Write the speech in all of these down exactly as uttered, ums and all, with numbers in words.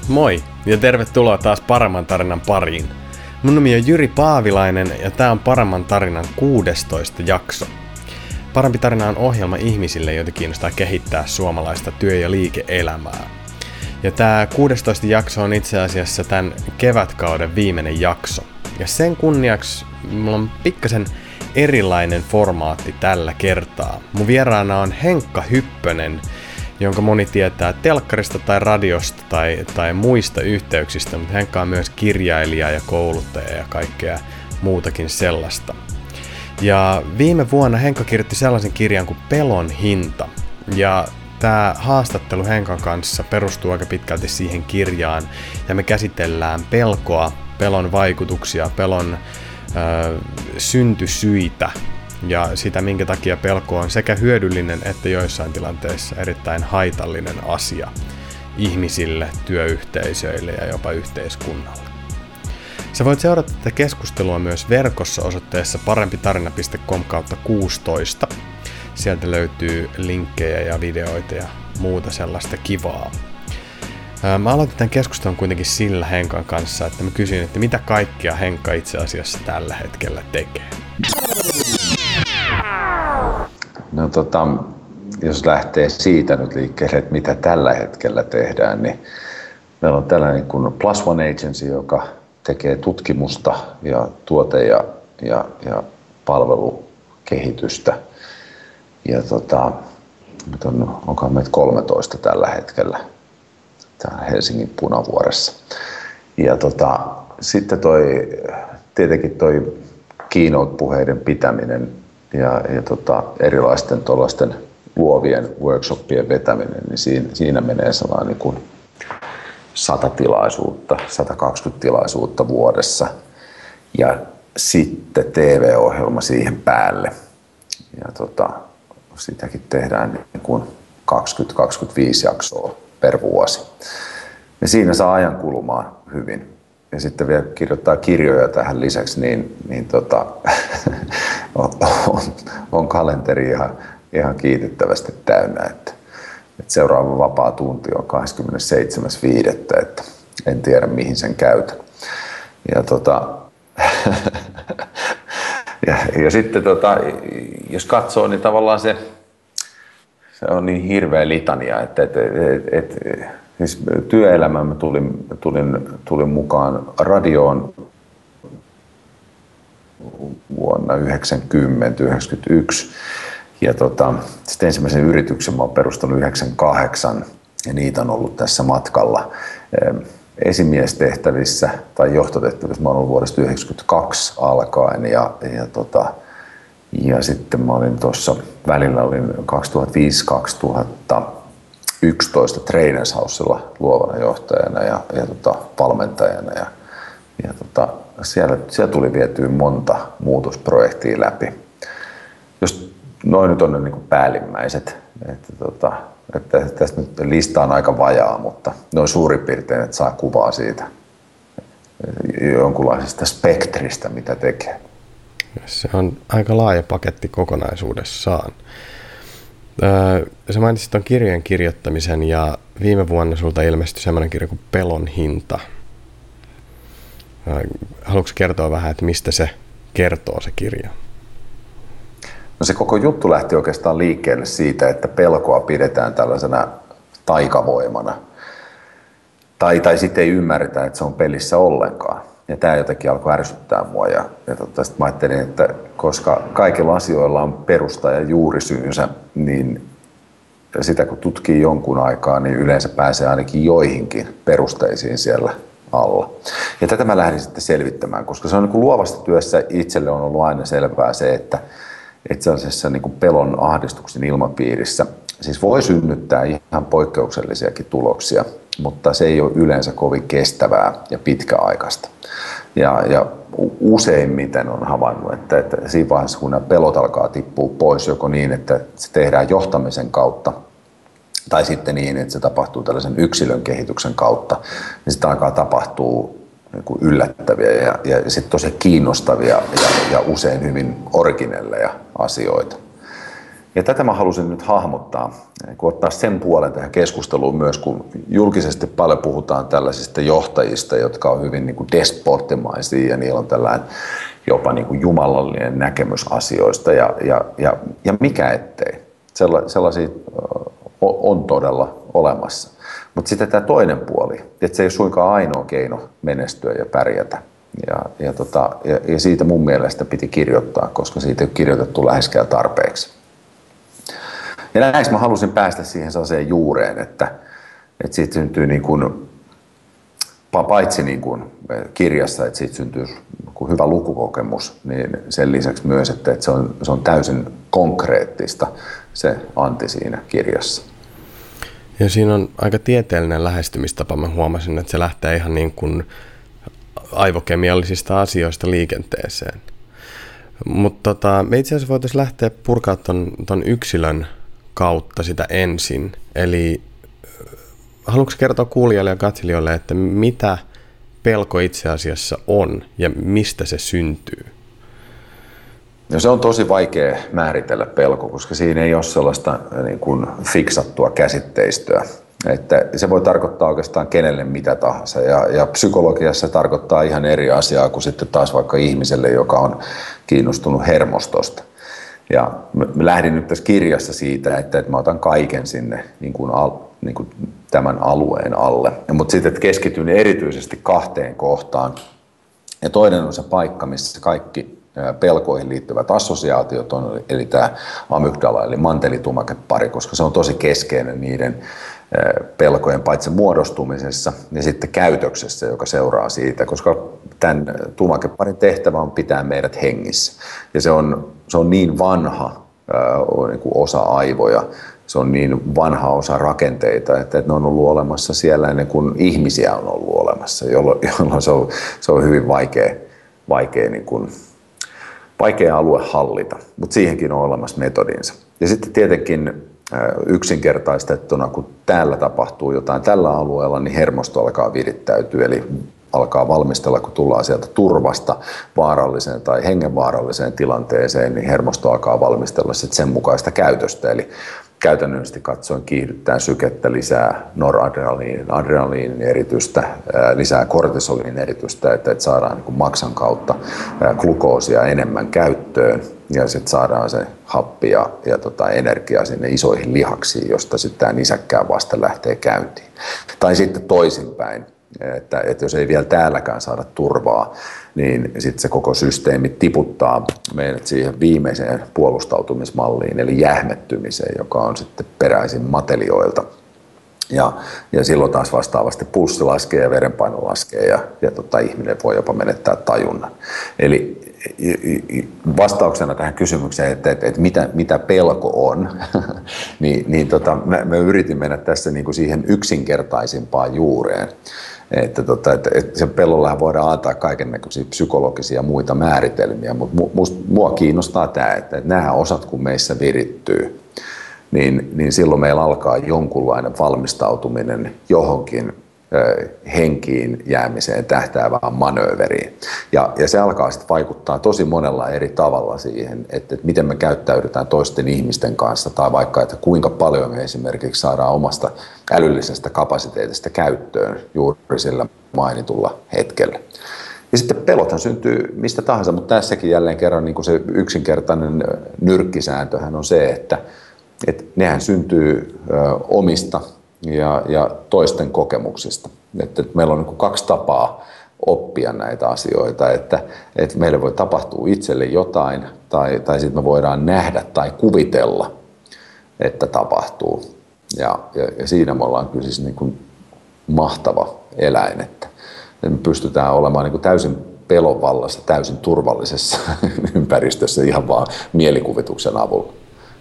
Moi ja tervetuloa taas Paremman tarinan pariin. Mun nimi on Jyri Paavilainen ja tää on Paremman tarinan kuudestoista jakso. Parempi tarina on ohjelma ihmisille, joita kiinnostaa kehittää suomalaista työ- ja liike-elämää. Ja tää kuudestoista jakso on itse asiassa tämän kevätkauden viimeinen jakso. Ja sen kunniaksi mulla on pikkasen erilainen formaatti tällä kertaa. Mun vieraana on Henkka Hyppönen, jonka moni tietää telkkarista tai radiosta tai, tai muista yhteyksistä, mutta Henkka on myös kirjailija ja kouluttaja ja kaikkea muutakin sellaista. Ja viime vuonna Henkka kirjoitti sellaisen kirjan kuin Pelon hinta. Ja tämä haastattelu Henkan kanssa perustuu aika pitkälti siihen kirjaan. Ja me käsitellään pelkoa, pelon vaikutuksia, pelon ö, syntysyitä ja sitä, minkä takia pelko on sekä hyödyllinen että joissain tilanteissa erittäin haitallinen asia ihmisille, työyhteisöille ja jopa yhteiskunnalle. Sä voit seurata tätä keskustelua myös verkossa osoitteessa parempitarina piste com kautta kuusitoista. Sieltä löytyy linkkejä ja videoita ja muuta sellaista kivaa. Mä aloitin tämän keskustelun kuitenkin sillä Henkan kanssa, että mä kysyin, että mitä kaikkea Henkka itse asiassa tällä hetkellä tekee. No tota, jos lähtee siitä nyt liikkeelle, että mitä tällä hetkellä tehdään, niin meillä on tällainen kuin Plus One Agency, joka tekee tutkimusta ja tuote- ja, ja, ja palvelukehitystä. Ja tota, nyt on, onkohan meitä kolmetoista tällä hetkellä täällä Helsingin Punavuoressa. Ja tota, sitten toi, tietenkin toi keynote-puheiden pitäminen ja, ja tota, erilaisten tuollaisten luovien workshopien vetäminen, niin siinä, siinä menee sellainen niin kuin sata tilaisuutta, sata kaksikymmentä tilaisuutta vuodessa ja sitten T V-ohjelma siihen päälle. Ja tota, sitäkin tehdään niin kuin kaksikymmentä kaksikymmentäviisi jaksoa per vuosi. Ja siinä saa ajan kulumaan hyvin. Ja sitten vielä kirjoittaa kirjoja tähän lisäksi, niin, niin tota, on, on, on kalenteri ihan, ihan kiitettävästi täynnä. Että, että seuraava vapaa tunti on kahdeskymmenesseitsemäs viidettä että en tiedä mihin sen käytän. Ja, tota, ja, ja sitten tota, jos katsoo, niin tavallaan se, se on niin hirveä litania, että et, et, et, siis työelämään mä tulin, tulin, tulin mukaan radioon vuonna yhdeksänkymmentä yhdeksänkymmentäyksi ja tota, sitten ensimmäisen yrityksen mä oon perustanut yhdeksänkymmentäkahdeksan ja niitä on ollut tässä matkalla esimiestehtävissä tai johtotehtävissä. Mä oon ollut vuodesta yhdeksänkymmentäkaksi alkaen ja, ja, tota, ja sitten mä olin tuossa välillä olin kaksituhattaviisi kaksituhattayksitoista Trainers Housella luovana johtajana ja, ja tota, valmentajana ja, ja tota, siellä, siellä tuli vietyä monta muutosprojektia läpi. Jos noin nyt on ne niin kuin päällimmäiset, että, tota, että tästä nyt lista on aika vajaa, mutta noin suurin piirtein, että saa kuvaa siitä jonkunlaisesta spektristä, mitä tekee. Se on aika laaja paketti kokonaisuudessaan. Öö, sä mainitsit ton kirjojen kirjoittamisen ja viime vuonna sulta ilmestyi semmoinen kirja kuin Pelon hinta. Öö, haluatko kertoa vähän, että mistä se kertoo se kirja? No se koko juttu lähti oikeastaan liikkeelle siitä, että pelkoa pidetään tällaisena taikavoimana. Tai, tai sitten ei ymmärretä, että se on pelissä ollenkaan. Ja tämä jotenkin alkoi ärsyttää mua. Ja, ja tota, sitten mä ajattelin, että koska kaikilla asioilla on perusta ja juurisyynsä, niin sitä kun tutkii jonkun aikaa, niin yleensä pääsee ainakin joihinkin perusteisiin siellä alla. Ja tätä mä lähdin sitten selvittämään, koska se on niin kuin luovassa työssä itselle on ollut aina selvää se, että että sellaisessa niin kuin pelon ahdistuksen ilmapiirissä siis voi synnyttää ihan poikkeuksellisiakin tuloksia, mutta se ei ole yleensä kovin kestävää ja pitkäaikaista. Ja, ja useimmiten on havainnut, että, että siinä vaiheessa kun nämä pelot alkaa tippua pois joko niin, että se tehdään johtamisen kautta tai sitten niin, että se tapahtuu tällaisen yksilön kehityksen kautta, niin sitten alkaa tapahtua niin kuin yllättäviä ja, ja sitten tosi kiinnostavia ja, ja usein hyvin originelleja asioita. Ja tätä mä halusin nyt hahmottaa, kun ottaa sen puolen tähän keskusteluun myös, kun julkisesti paljon puhutaan tällaisista johtajista, jotka on hyvin niin kuin despottimaisia ja niillä on tällainen jopa niin kuin jumalallinen näkemys asioista ja, ja, ja, ja mikä ettei. Sellaisia on todella olemassa. Mutta sitten tämä toinen puoli, että se ei ole suinkaan ainoa keino menestyä ja pärjätä. Ja, ja, tota, ja, ja siitä mun mielestä piti kirjoittaa, koska siitä ei ole kirjoitettu läheskään tarpeeksi. Ja näissä mä halusin päästä siihen sellaiseen juureen, että, että siitä syntyy niin kuin, paitsi niin kuin kirjassa, että siitä syntyy hyvä lukukokemus, niin sen lisäksi myös, että, että se, on, se on täysin konkreettista se anti siinä kirjassa. Ja siinä on aika tieteellinen lähestymistapa. Mä huomasin, että se lähtee ihan niin kuin aivokemiallisista asioista liikenteeseen. Mutta tota, me itse asiassa voitaisiin lähteä purkaa ton, ton yksilön kautta sitä ensin. Eli haluatko kertoa kuulijoille ja katselijoille, että mitä pelko itse asiassa on ja mistä se syntyy? No se on tosi vaikea määritellä pelko, koska siinä ei ole sellaista niin kuin fiksattua käsitteistöä. Että se voi tarkoittaa oikeastaan kenelle mitä tahansa ja, ja psykologiassa se tarkoittaa ihan eri asiaa kuin sitten taas vaikka ihmiselle, joka on kiinnostunut hermostosta. Ja mä lähdin nyt tässä kirjassa siitä, että, että mä otan kaiken sinne niin kuin al, niin kuin tämän alueen alle. Mutta sitten keskityn erityisesti kahteen kohtaan. Ja toinen on se paikka, missä kaikki pelkoihin liittyvät assosiaatiot on, eli tämä amygdala eli mantelitumakepari, koska se on tosi keskeinen niiden pelkojen paitsi muodostumisessa ja sitten käytöksessä, joka seuraa siitä, koska tämän tumakeparin tehtävä on pitää meidät hengissä. Ja se on, se on niin vanha niin kuin osa aivoja, se on niin vanha osa rakenteita, että ne on ollut olemassa siellä ennen kuin ihmisiä on ollut olemassa, jolloin, jolloin se, on, se on hyvin vaikea, vaikea, niin kuin, vaikea alue hallita, mutta siihenkin on olemassa metodinsa. Ja sitten tietenkin yksinkertaistettuna, kun täällä tapahtuu jotain tällä alueella, niin hermosto alkaa virittäytyä, eli alkaa valmistella, kun tullaan sieltä turvasta vaaralliseen tai hengenvaaralliseen tilanteeseen, niin hermosto alkaa valmistella sitten sen mukaista käytöstä, eli käytännöllisesti katsoen kiihdyttää sykettä, lisää noradrenaliinin, adrenaliinin eritystä, lisää kortisolin eritystä, että saadaan niin kuin maksan kautta glukoosia enemmän käyttöön ja sitten saadaan se happi ja, ja tota energia sinne isoihin lihaksiin, josta sitten tämä nisäkkään vasta lähtee käyntiin. Tai sitten toisinpäin, että, että jos ei vielä täälläkään saada turvaa, niin sitten se koko systeemi tiputtaa meidät siihen viimeiseen puolustautumismalliin, eli jähmettymiseen, joka on sitten peräisin matelioilta. Ja, ja silloin taas vastaavasti pulssi laskee ja verenpaino laskee ja, ja tota, ihminen voi jopa menettää tajunnan. Eli vastauksena tähän kysymykseen, että, että, että mitä, mitä pelko on, niin, niin tota, mä, mä yritin mennä tässä niin kuin siihen yksinkertaisimpaan juureen. Että, tota, että, että sen pelollahan voidaan antaa kaikennäköisiä psykologisia ja muita määritelmiä, mutta must, mua kiinnostaa tämä, että, että nämä osat kun meissä virittyy, niin, niin silloin meillä alkaa jonkunlainen valmistautuminen johonkin ö, henkiin jäämiseen tähtäävään manööveriin. Ja, ja se alkaa sitten vaikuttaa tosi monella eri tavalla siihen, että, että miten me käyttäydytään toisten ihmisten kanssa tai vaikka, että kuinka paljon me esimerkiksi saadaan omasta älyllisestä kapasiteetista käyttöön juuri sillä mainitulla hetkellä. Ja sitten pelothan syntyy mistä tahansa, mutta tässäkin jälleen kerran niin kuin se yksinkertainen nyrkkisääntöhän on se, että että nehän syntyy ö, omista ja, ja toisten kokemuksista. Että, että meillä on niin kuin kaksi tapaa oppia näitä asioita, että, että meille voi tapahtua itselle jotain tai, tai sitten me voidaan nähdä tai kuvitella, että tapahtuu. Ja, ja, ja siinä me ollaan kyllä siis niin kuin mahtava eläin, että, että me pystytään olemaan niin kuin täysin pelon vallassa, täysin turvallisessa ympäristössä ihan vaan mielikuvituksen avulla.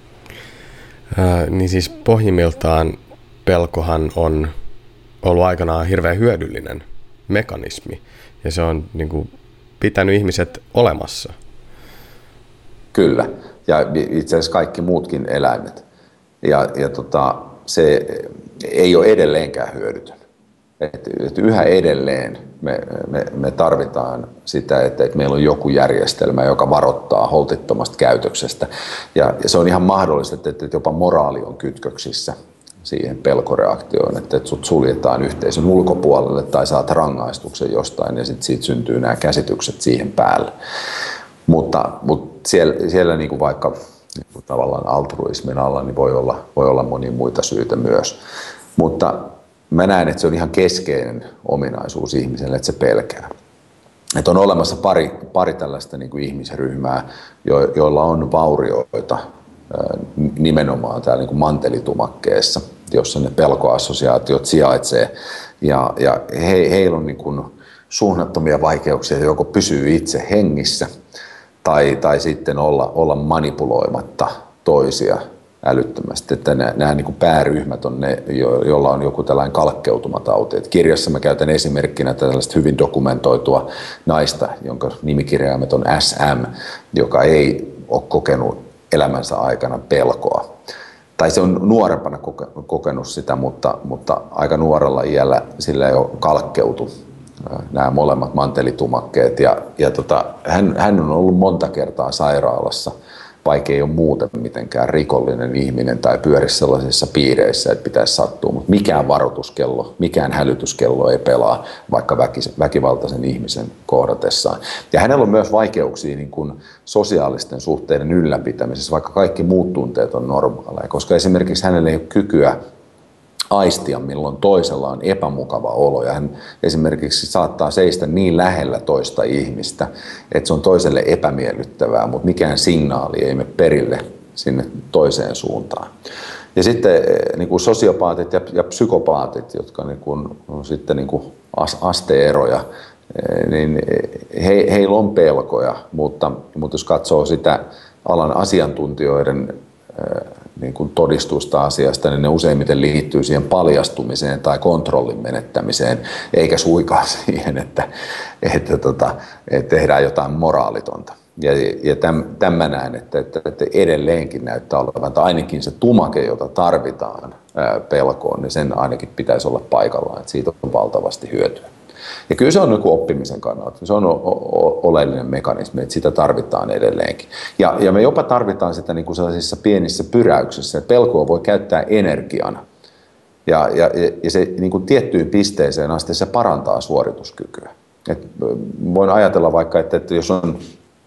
Äh, niin siis pohjimmiltaan pelkohan on ollut aikanaan hirveän hyödyllinen mekanismi ja se on niin kuin, pitänyt ihmiset olemassa. Kyllä, ja itse asiassa kaikki muutkin eläimet. Ja, ja tota, se ei ole edelleenkään hyödytön. että, että yhä edelleen me, me, me tarvitaan sitä, että, että meillä on joku järjestelmä, joka varoittaa holtittomasta käytöksestä. Ja, ja se on ihan mahdollista, että, että jopa moraali on kytköksissä siihen pelkoreaktioon, että, että sut suljetaan yhteisön ulkopuolelle tai saat rangaistuksen jostain ja sitten siitä syntyy nämä käsitykset siihen päälle. Mutta, mutta siellä, siellä niin kuin vaikka niin kuin tavallaan altruismin alla niin voi olla, voi olla monia muita syitä myös. Mutta mä näen, että se on ihan keskeinen ominaisuus ihmiselle, että se pelkää. Että on olemassa pari, pari tällaista niin kuin ihmisryhmää, jo, joilla on vaurioita nimenomaan täällä niin kuin mantelitumakkeessa, jossa ne pelkoassosiaatiot sijaitsee. Ja, ja he, heillä on niin kuin suunnattomia vaikeuksia joko pysyä itse hengissä tai, tai sitten olla, olla manipuloimatta toisia älyttömästi. Että nämä, nämä niin kuin pääryhmät on ne, jo, joilla on joku tällainen kalkkeutumatauti. Et kirjassa mä käytän esimerkkinä tällaista hyvin dokumentoitua naista, jonka nimikirjaimet on S M, joka ei ole kokenut elämänsä aikana pelkoa. Tai se on nuorempana kokenut sitä, mutta, mutta aika nuorella iällä sillä jo kalkkeutu nämä molemmat mantelitumakkeet. Ja, ja tota, hän, hän on ollut monta kertaa sairaalassa, vaikka ei ole muuten mitenkään rikollinen ihminen tai pyöri sellaisissa piireissä, että pitäisi sattua. Mutta mikään varoituskello, mikään hälytyskello ei pelaa vaikka väkivaltaisen ihmisen kohdatessaan. Ja hänellä on myös vaikeuksia niin kuin sosiaalisten suhteiden ylläpitämisessä, vaikka kaikki muut tunteet on normaaleja. Koska esimerkiksi hänellä ei ole kykyä aistia, milloin toisella on epämukava olo. Ja hän esimerkiksi saattaa seistä niin lähellä toista ihmistä, että se on toiselle epämiellyttävää, mutta mikään signaali ei mene perille sinne toiseen suuntaan. Ja sitten niin kuin sosiopaatit ja, ja psykopaatit, jotka niin kuin, on sitten niin kuin asteeroja, niin he, heillä on pelkoja, mutta, mutta jos katsoo sitä alan asiantuntijoiden niin kuin todistusta asiasta, niin ne useimmiten liittyy siihen paljastumiseen tai kontrollin menettämiseen, eikä suikaan siihen, että, että, tota, että tehdään jotain moraalitonta. Ja, ja tämän mä näen, että, että, että edelleenkin näyttää olevan, että ainakin se tumake, jota tarvitaan ää, pelkoon, niin sen ainakin pitäisi olla paikallaan, että siitä on valtavasti hyötyä. Ja kyllä se on niin kuin oppimisen kannalta, se on oleellinen mekanismi, että sitä tarvitaan edelleenkin. Ja, ja me jopa tarvitaan sitä niin kuin sellaisissa pienissä pyräyksissä, että pelkoa voi käyttää energiana. Ja, ja, ja se niin kuin tiettyyn pisteeseen asti se parantaa suorituskykyä. Et voin ajatella vaikka, että, että jos on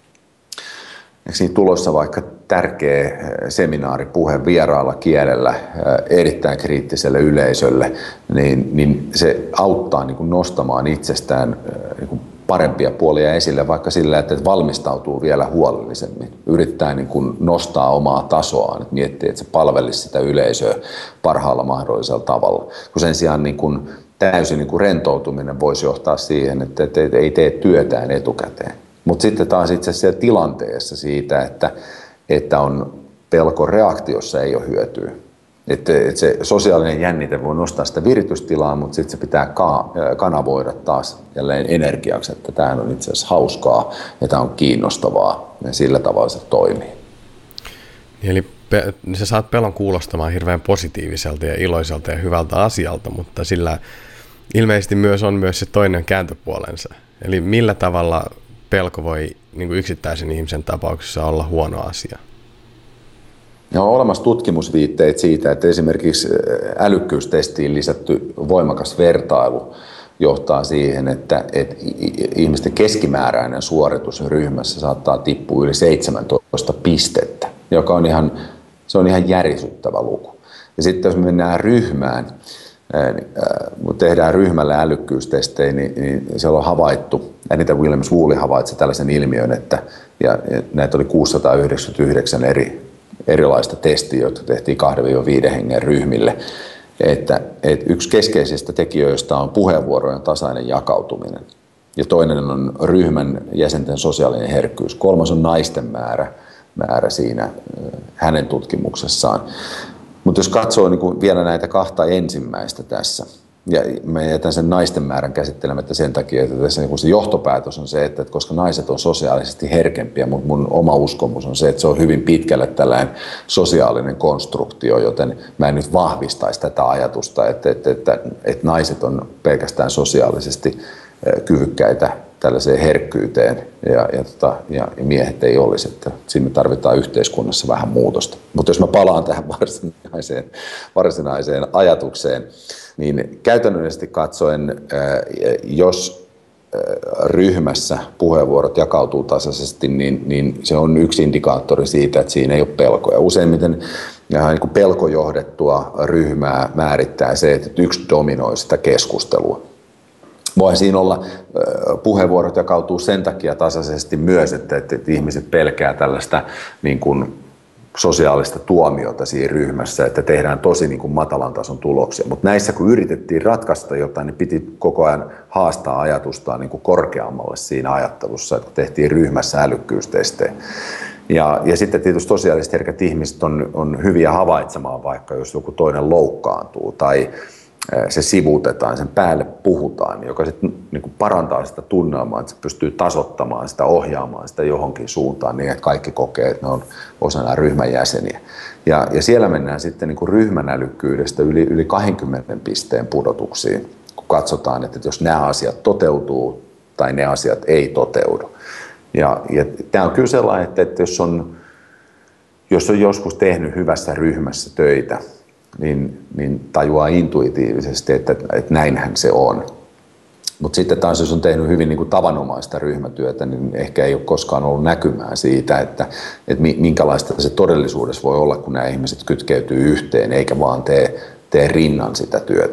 tulossa vaikka tärkeä seminaaripuhe vieraalla kielellä erittäin kriittiselle yleisölle, niin, niin se auttaa niin kuin nostamaan itsestään niin kuin parempia puolia esille vaikka sillä, että valmistautuu vielä huolellisemmin. Yrittää niin kuin nostaa omaa tasoaan, että miettii, että se palvelisi sitä yleisöä parhaalla mahdollisella tavalla. Kun sen sijaan niin kuin täysin niin kuin rentoutuminen voisi johtaa siihen, että ei tee työtään etukäteen. Mutta sitten taas itse asiassa tilanteessa siitä, että, että on pelko reaktiossa ei ole hyötyä. Että, että se sosiaalinen jännite voi nostaa sitä viritystilaa, mutta sitten se pitää ka- kanavoida taas jälleen energiaksi, että tämähän on itse asiassa hauskaa ja tämä on kiinnostavaa ja sillä tavalla se toimii. Eli pe- sä saat pelon kuulostamaan hirveän positiiviselta ja iloiselta ja hyvältä asialta, mutta sillä ilmeisesti myös on myös se toinen kääntöpuolensa. Eli millä tavalla pelko voi niin kuin yksittäisen ihmisen tapauksessa olla huono asia? Ja on olemassa tutkimusviitteitä siitä, että esimerkiksi älykkyystestiin lisätty voimakas vertailu johtaa siihen, että, että ihmisten keskimääräinen suoritus ryhmässä saattaa tippua yli seitsemäntoista pistettä, joka on ihan, se on ihan järisyttävä luku. Ja sitten jos me mennään ryhmään, tehdään ryhmälle älykkyystestejä, niin, niin siellä on havaittu, Anita Williams-Woolley havaitsi tällaisen ilmiön, että ja näitä oli kuusisataayhdeksänkymmentäyhdeksän eri, erilaista testiä, jotka tehtiin kahdesta viiteen hengen ryhmille, että, että yksi keskeisistä tekijöistä on puheenvuorojen tasainen jakautuminen, ja toinen on ryhmän jäsenten sosiaalinen herkkyys, kolmas on naisten määrä, määrä siinä hänen tutkimuksessaan. Mutta jos katsoo niin kuin vielä näitä kahta ensimmäistä tässä, Ja mä jätän sen naisten määrän käsittelemättä sen takia, että tässä se johtopäätös on se, että koska naiset on sosiaalisesti herkempiä, mutta mun oma uskomus on se, että se on hyvin pitkälle tällainen sosiaalinen konstruktio, joten mä en nyt vahvistaisi tätä ajatusta, että, että, että, että naiset on pelkästään sosiaalisesti kyvykkäitä tällaiseen herkkyyteen ja, ja, tota, ja miehet ei olisi, että siinä tarvitaan yhteiskunnassa vähän muutosta. Mutta jos mä palaan tähän varsinaiseen, varsinaiseen ajatukseen, niin käytännöllisesti katsoen, jos ryhmässä puheenvuorot jakautuu tasaisesti, niin, niin se on yksi indikaattori siitä, että siinä ei ole pelkoja. Useimmiten niin kuin pelkojohdettua ryhmää määrittää se, että yksi dominoi sitä keskustelua. Voi siinä olla, puheenvuorot jakautuu sen takia tasaisesti myös, että, että ihmiset pelkää tällaista niin kuin sosiaalista tuomiota siinä ryhmässä, että tehdään tosi niin kuin matalan tason tuloksia. Mutta näissä kun yritettiin ratkaista jotain, niin piti koko ajan haastaa ajatustaan niin kuin korkeammalle siinä ajattelussa, että tehtiin ryhmässä älykkyystestejä. Ja, ja sitten tietysti sosiaalisesti herkät ihmiset on, on hyviä havaitsemaan, vaikka jos joku toinen loukkaantuu tai se sivuutetaan, sen päälle puhutaan, joka sitten niin kuin parantaa sitä tunnelmaa, että se pystyy tasoittamaan sitä, ohjaamaan sitä johonkin suuntaan niin, että kaikki kokee, että ne on osana ryhmän jäseniä. Ja, ja siellä mennään sitten niin kuin ryhmän älykkyydestä yli, yli kaksikymmentä pisteen pudotuksiin, kun katsotaan, että jos nämä asiat toteutuu tai ne asiat ei toteudu. Ja, ja tämä on kyllä sellainen, että, että jos, on, jos on joskus tehnyt hyvässä ryhmässä töitä, Niin, niin tajuaa intuitiivisesti, että, että näinhän se on. Mutta sitten taas, jos on tehnyt hyvin niin kuin tavanomaista ryhmätyötä, niin ehkä ei ole koskaan ollut näkymää siitä, että, että minkälaista se todellisuudessa voi olla, kun nämä ihmiset kytkeytyy yhteen, eikä vaan tee, tee rinnan sitä työtä.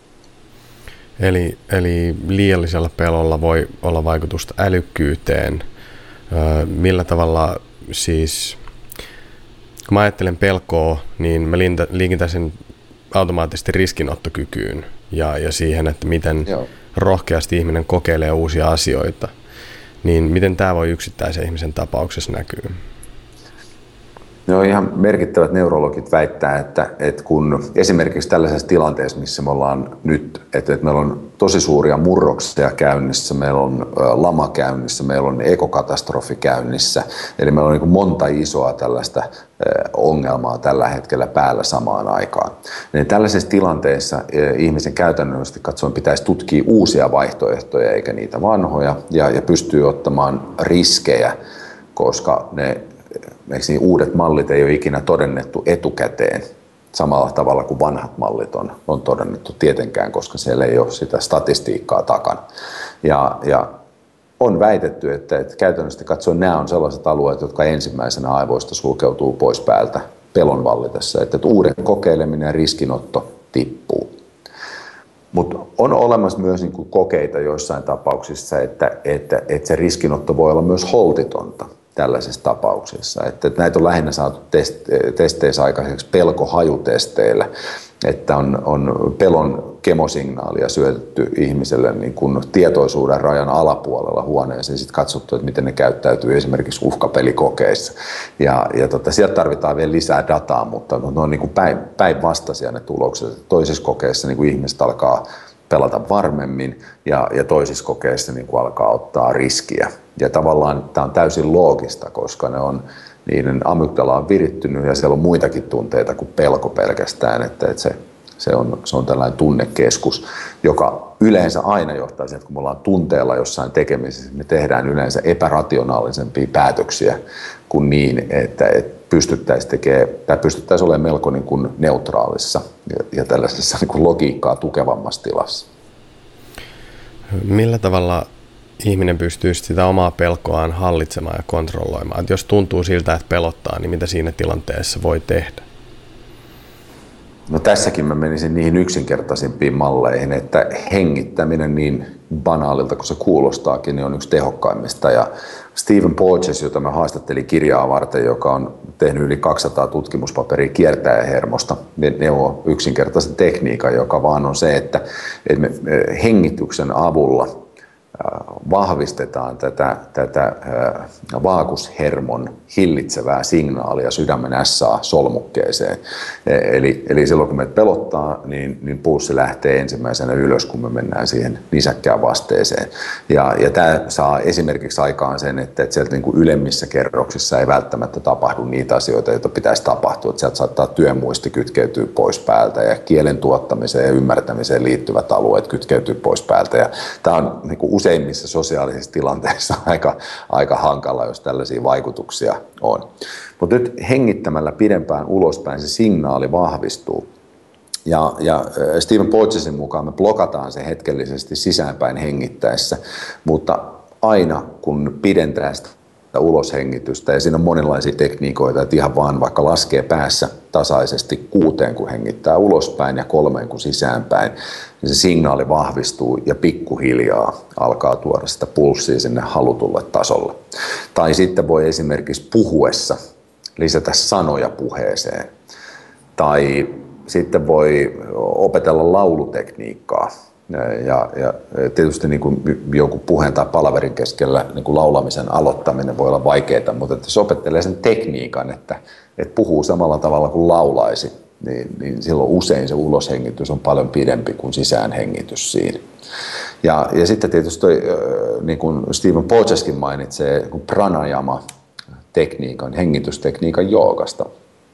Eli, eli liiallisella pelolla voi olla vaikutusta älykkyyteen. Millä tavalla siis... Kun mä ajattelen pelkoa, niin mä liikitän sen automaattisesti riskinottokykyyn ja, ja siihen, että miten Joo. rohkeasti ihminen kokeilee uusia asioita. Niin miten tämä voi yksittäisen ihmisen tapauksessa näkyä? No ihan merkittävät neurologit väittää, että, että kun esimerkiksi tällaisessa tilanteessa, missä me ollaan nyt, että, että meillä on tosi suuria murroksia käynnissä, meillä on lama käynnissä, meillä on ekokatastrofi käynnissä, eli meillä on niin kuin monta isoa tällaista ongelmaa tällä hetkellä päällä samaan aikaan. Eli tällaisessa tilanteessa ihmisen käytännöllisesti katsoen pitäisi tutkia uusia vaihtoehtoja eikä niitä vanhoja ja, ja pystyy ottamaan riskejä, koska ne niin uudet mallit ei ole ikinä todennettu etukäteen samalla tavalla kuin vanhat mallit on, on todennettu tietenkään, koska siellä ei ole sitä statistiikkaa takana. Ja, ja on väitetty, että, että käytännössä katsoen nämä on sellaiset alueet, jotka ensimmäisenä aivoista sulkeutuu pois päältä pelon vallitessa, että, että uuden kokeileminen ja riskinotto tippuu. Mutta on olemassa myös niin kuin kokeita joissain tapauksissa, että, että, että se riskinotto voi olla myös holtitonta tällaisessa tapauksessa. Että näitä on lähinnä saatu testeissä aikaiseksi pelkohajutesteillä, että on, on pelon kemosignaalia syötetty ihmiselle niin kuin tietoisuuden rajan alapuolella huoneeseen ja sitten katsottu, että miten ne käyttäytyy esimerkiksi uhkapelikokeissa. Ja, ja tota, sieltä tarvitaan vielä lisää dataa, mutta ne on niin kuin päin, päinvastaisia ne tulokset. Toisissa kokeissa niin kuin ihmiset alkaa pelata varmemmin ja, ja toisissa kokeissa niin kuin alkaa ottaa riskiä. Ja tavallaan tämä on täysin loogista, koska ne on, niiden amygdala on virittynyt ja siellä on muitakin tunteita kuin pelko pelkästään, että, että se, se, on, se on tällainen tunnekeskus, joka yleensä aina johtaa siihen, että kun me ollaan tunteella jossain tekemisessä, me tehdään yleensä epärationaalisempia päätöksiä kuin niin, että, että pystyttäisiin tekemään, tai pystyttäisiin olemaan melko niin kuin neutraalissa ja, ja tällaisessa niin kuin logiikkaa tukevammassa tilassa. Millä tavalla ihminen pystyy sitä omaa pelkoaan hallitsemaan ja kontrolloimaan? Että jos tuntuu siltä, että pelottaa, niin mitä siinä tilanteessa voi tehdä? No tässäkin mä menisin niihin yksinkertaisimpiin malleihin, että hengittäminen niin banaalilta kuin se kuulostaakin, niin on yksi tehokkaimmista. Ja Stephen Porges, jota mä haastattelin kirjaa varten, joka on tehnyt yli kaksisataa tutkimuspaperia kiertäjähermosta, ne on yksinkertaisen tekniikan, joka vaan on se, että me hengityksen avulla vahvistetaan tätä, tätä vaagushermon hillitsevää signaalia sydämen S A-solmukkeeseen. Eli, eli silloin kun meidät pelottaa, niin, niin pulssi lähtee ensimmäisenä ylös, kun me mennään siihen nisäkkään vasteeseen. Ja, ja tämä saa esimerkiksi aikaan sen, että, että sieltä niin kuin ylemmissä kerroksissa ei välttämättä tapahdu niitä asioita, joita pitäisi tapahtua. Että sieltä saattaa työmuisti kytkeytyä pois päältä ja kielen tuottamiseen ja ymmärtämiseen liittyvät alueet kytkeytyy pois päältä. Ja tämä on niin kuin useimmissa sosiaalisissa tilanteissa aika, aika hankala, jos tällaisia vaikutuksia on. Mutta nyt hengittämällä pidempään ulospäin se signaali vahvistuu. Ja, ja Stephen Porgesin mukaan me blokataan se hetkellisesti sisäänpäin hengittäessä, mutta aina kun pidentää sitä uloshengitystä, ja siinä on monenlaisia tekniikoita, että ihan vaan vaikka laskee päässä tasaisesti kuuteen, kun hengittää ulospäin ja kolmeen, kun sisäänpäin, niin se signaali vahvistuu ja pikkuhiljaa alkaa tuoda sitä pulssia sinne halutulle tasolle. Tai sitten voi esimerkiksi puhuessa lisätä sanoja puheeseen, tai sitten voi opetella laulutekniikkaa. Ja, ja tietysti niin kuin jonkun puheen tai palaverin keskellä niin kuin laulamisen aloittaminen voi olla vaikeaa, mutta että jos opettelee sen tekniikan, että, että puhuu samalla tavalla kuin laulaisi, niin, niin silloin usein se uloshengitys on paljon pidempi kuin sisäänhengitys siinä. Ja, ja sitten tietysti toi, niin kuin Stephen Porgeskin mainitsee, pranayama-tekniikan, hengitystekniikan joogasta.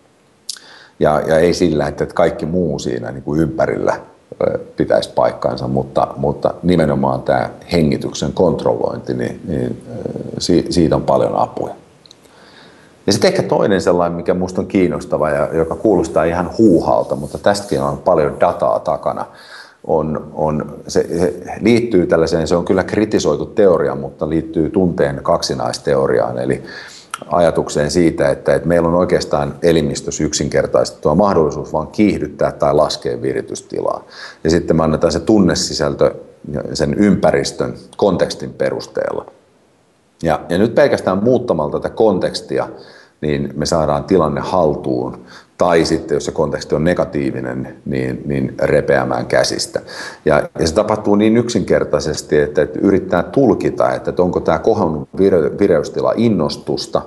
Ja, ja ei sillä, että kaikki muu siinä niin kuin ympärillä pitäisi paikkaansa, mutta, mutta nimenomaan tämä hengityksen kontrollointi, niin, niin siitä on paljon apuja. Ja sitten ehkä toinen sellainen, mikä minusta on kiinnostava ja joka kuulostaa ihan huuhalta, mutta tästäkin on paljon dataa takana, on, on, se, se liittyy tällaiseen, se on kyllä kritisoitu teoria, mutta liittyy tunteen kaksinaisteoriaan, eli ajatukseen siitä, että, että meillä on oikeastaan elimistössä yksinkertaistettua mahdollisuus vaan kiihdyttää tai laskea viritystilaa. Ja sitten me annetaan se tunnesisältö sen ympäristön kontekstin perusteella. Ja, ja nyt pelkästään muuttamalla tätä kontekstia, niin me saadaan tilanne haltuun. Tai sitten, jos se konteksti on negatiivinen, niin, niin repeämään käsistä. Ja, ja se tapahtuu niin yksinkertaisesti, että, että yrittää tulkita, että, että onko tämä kohonnut vire, vireystila innostusta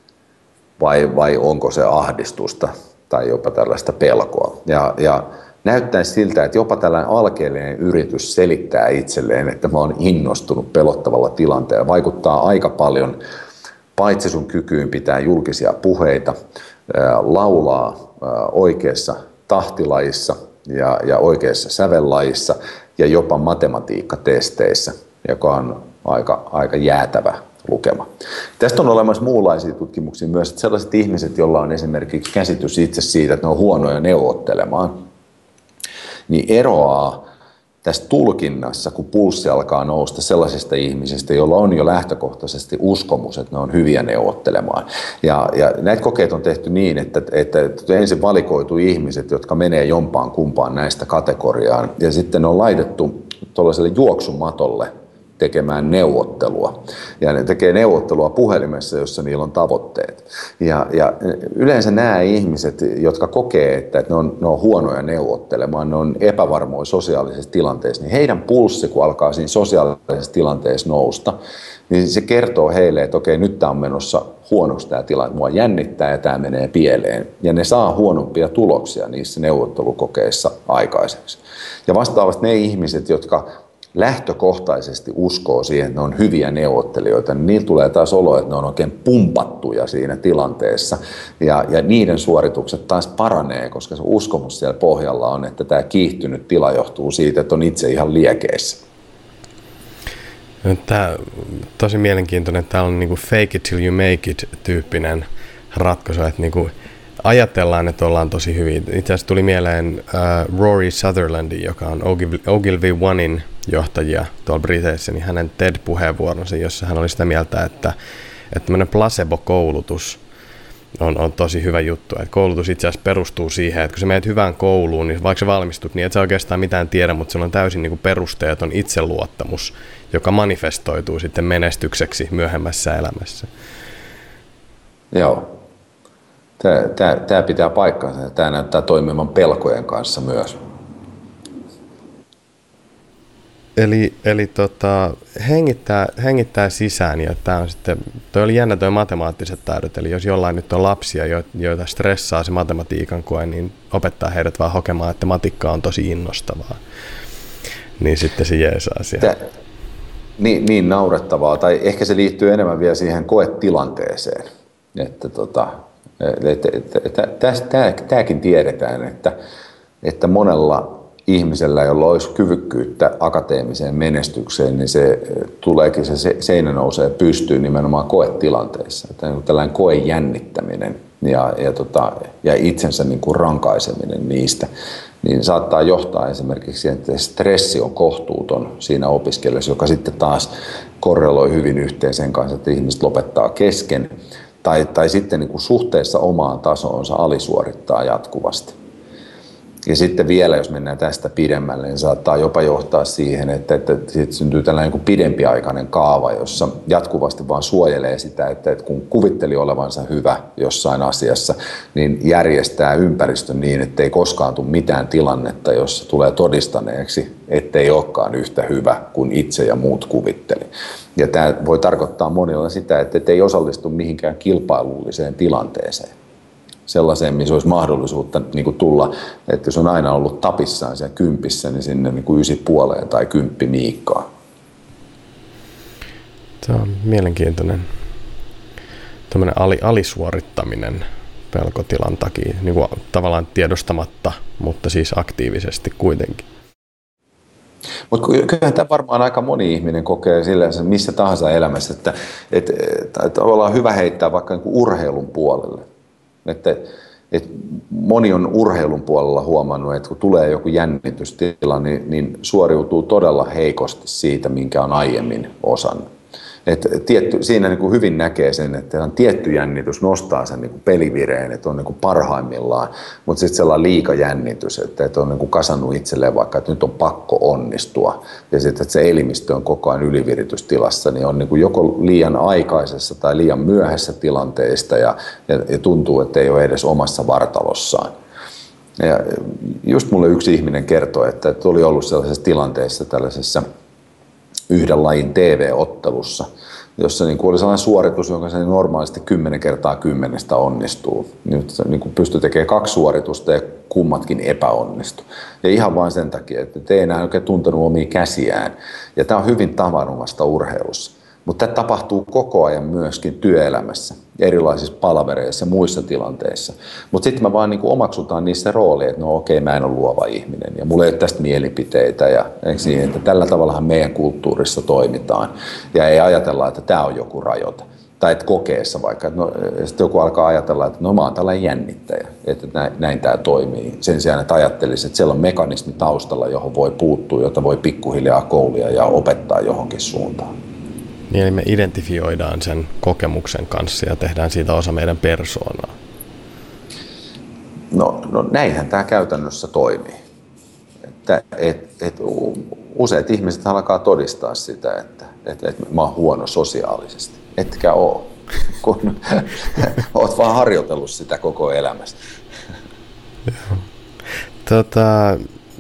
vai, vai onko se ahdistusta tai jopa tällaista pelkoa. Ja, ja näyttäisi siltä, että jopa tällainen alkeellinen yritys selittää itselleen, että mä oon innostunut pelottavalla tilanteella, vaikuttaa aika paljon paitsi sun kykyyn pitää julkisia puheita, laulaa oikeassa tahtilajissa ja, ja oikeassa sävellajissa ja jopa matematiikkatesteissä, joka on aika, aika jäätävä lukema. Tästä on olemassa muunlaisia tutkimuksia myös, että sellaiset ihmiset, joilla on esimerkiksi käsitys itse siitä, että ne on huonoja neuvottelemaan, niin eroaa tässä tulkinnassa, kun pulssi alkaa nousta sellaisista ihmisistä, joilla on jo lähtökohtaisesti uskomus, että ne on hyviä neuvottelemaan. Ja, ja näitä kokeita on tehty niin, että, että, että ensin valikoituu ihmiset, jotka menee jompaan kumpaan näistä kategoriaan, ja sitten ne on laitettu tuollaiselle juoksumatolle tekemään neuvottelua. Ja ne tekee neuvottelua puhelimessa, jossa niillä on tavoitteet. Ja, ja yleensä nämä ihmiset, jotka kokee, että ne on, ne on huonoja neuvottelemaan, ne on epävarmoja sosiaalisessa tilanteessa, niin heidän pulssi, kun alkaa siinä sosiaalisessa tilanteessa nousta, niin se kertoo heille, että okei, nyt tämä on menossa huonoksi tämä tilanne, mua jännittää ja tämä menee pieleen. Ja ne saa huonompia tuloksia niissä neuvottelukokeissa aikaiseksi. Ja vastaavasti ne ihmiset, jotka lähtökohtaisesti uskoo siihen, että ne on hyviä neuvottelijoita, niin niillä tulee taas olo, että ne on oikein pumpattuja siinä tilanteessa. Ja, ja niiden suoritukset taas paranee, koska se uskomus siellä pohjalla on, että tämä kiihtynyt tila johtuu siitä, että on itse ihan liekeissä. Tämä on tosi mielenkiintoinen, että tämä on niin kuin fake it till you make it -tyyppinen ratkaisu, että niin kuin ajatellaan, että ollaan tosi hyviä. Itse asiassa tuli mieleen uh, Rory Sutherlandin, joka on Ogilvy Onein johtajia tuolla Briteissä, niin hänen T E D-puheenvuoronsa, jossa hän oli sitä mieltä, että, että tämmöinen placebo-koulutus on, on tosi hyvä juttu. Että koulutus itse asiassa perustuu siihen, että kun sä menet hyvään kouluun, niin vaikka sä valmistut, niin et sä oikeastaan mitään tiedä, mutta sulla on täysin niin kuin perusteeton itseluottamus, joka manifestoituu sitten menestykseksi myöhemmässä elämässä. Joo. Tämä, tämä, tämä pitää paikkansa. Tämä näyttää toimivan pelkojen kanssa myös. Eli, eli tota, hengittää, hengittää sisään, ja tämä on sitten, toi oli jännä toi matemaattiset taidot, eli jos jollain nyt on lapsia, joita stressaa se matematiikan koe, niin opettaa heidät vaan hokemaan, että matikka on tosi innostavaa, niin sitten se jeesaa siellä. Tää, niin, niin naurettavaa, tai ehkä se liittyy enemmän vielä siihen koetilanteeseen, että tota, et, et, et, et, tämäkin tiedetään, että, että monella ihmisellä, jolla olisi kyvykkyyttä akateemiseen menestykseen, niin se tuleekin, se seinä nousee pystyyn nimenomaan koetilanteessa. Että tällainen koejännittäminen ja, ja, tota, ja itsensä niin kuin rankaiseminen niistä, niin saattaa johtaa esimerkiksi siihen, että stressi on kohtuuton siinä opiskelijassa, joka sitten taas korreloi hyvin yhteen sen kanssa, että ihmiset lopettaa kesken tai, tai sitten niin kuin suhteessa omaan tasoonsa alisuorittaa jatkuvasti. Ja sitten vielä, jos mennään tästä pidemmälle, niin saattaa jopa johtaa siihen, että, että siitä syntyy tällainen niin pidempiaikainen kaava, jossa jatkuvasti vaan suojelee sitä, että, että kun kuvitteli olevansa hyvä jossain asiassa, niin järjestää ympäristön niin, ettei koskaan tule mitään tilannetta, jossa tulee todistaneeksi, ettei olekaan yhtä hyvä kuin itse ja muut kuvitteli. Ja tämä voi tarkoittaa monilla sitä, että ei osallistu mihinkään kilpailulliseen tilanteeseen. Sellaiseen, missä olisi mahdollisuutta niin kuin tulla, että jos on aina ollut tapissaan siellä kympissä, niin sinne niin kuin ysi puoleen tai kymppi miikkaa. Tämä on mielenkiintoinen tämmöinen ali, alisuorittaminen pelkotilan takia, niin kuin tavallaan tiedostamatta, mutta siis aktiivisesti kuitenkin. Mutta kyllähän tämä varmaan aika moni ihminen kokee sillä missä tahansa elämässä, että, että, että tavallaan hyvä heittää vaikka niin kuin urheilun puolelle. Että, että moni on urheilun puolella huomannut, että kun tulee joku jännitystila, niin, niin suoriutuu todella heikosti siitä, minkä on aiemmin osannut. Että tietty, siinä niin kuin hyvin näkee sen, että on tietty jännitys nostaa sen niin kuin pelivireen, että on niin kuin parhaimmillaan, mutta sitten sellainen liikajännitys, että, että on niin kuin kasannut itselleen vaikka, että nyt on pakko onnistua ja sitten, että se elimistö on koko ajan yliviritystilassa, niin on niin kuin joko liian aikaisessa tai liian myöhässä tilanteista ja, ja, ja tuntuu, että ei ole edes omassa vartalossaan. Ja just mulle yksi ihminen kertoi, että, että oli ollut sellaisessa tilanteessa tällaisessa yhden lajin T V-ottelussa, jossa niin kuin oli sellainen suoritus, jonka se normaalisti kymmenen kertaa kymmenestä onnistuu. Nyt se niin kuin pystyi tekemään kaksi suoritusta ja kummatkin epäonnistu. Ja ihan vain sen takia, että ei enää oikein tuntenut omia käsiään. Ja tämä on hyvin tavanomaista urheilussa. Mutta tämä tapahtuu koko ajan myöskin työelämässä, erilaisissa palavereissa ja muissa tilanteissa. Mutta sitten me vaan niinku omaksutaan niissä rooleja, että no okei, mä en ole luova ihminen ja mulla ei ole tästä mielipiteitä. Ja niin, että tällä tavallahan meidän kulttuurissa toimitaan ja ei ajatella, että tämä on joku rajoite. Tai että kokeessa vaikka, että no, sitten joku alkaa ajatella, että no mä oon tällainen jännittäjä, että näin, näin tämä toimii. Sen sijaan, että ajattelisi, että siellä on mekanismi taustalla, johon voi puuttua, jota voi pikkuhiljaa koulia ja opettaa johonkin suuntaan. Niin, eli me identifioidaan sen kokemuksen kanssa ja tehdään siitä osa meidän persoonaa. No, no näinhän tämä käytännössä toimii. Että, et, et, useat ihmiset alkaa todistaa sitä, että et, et mä oon huono sosiaalisesti. Etkä oo, kun oot vaan harjoitellut sitä koko elämästä. Tota,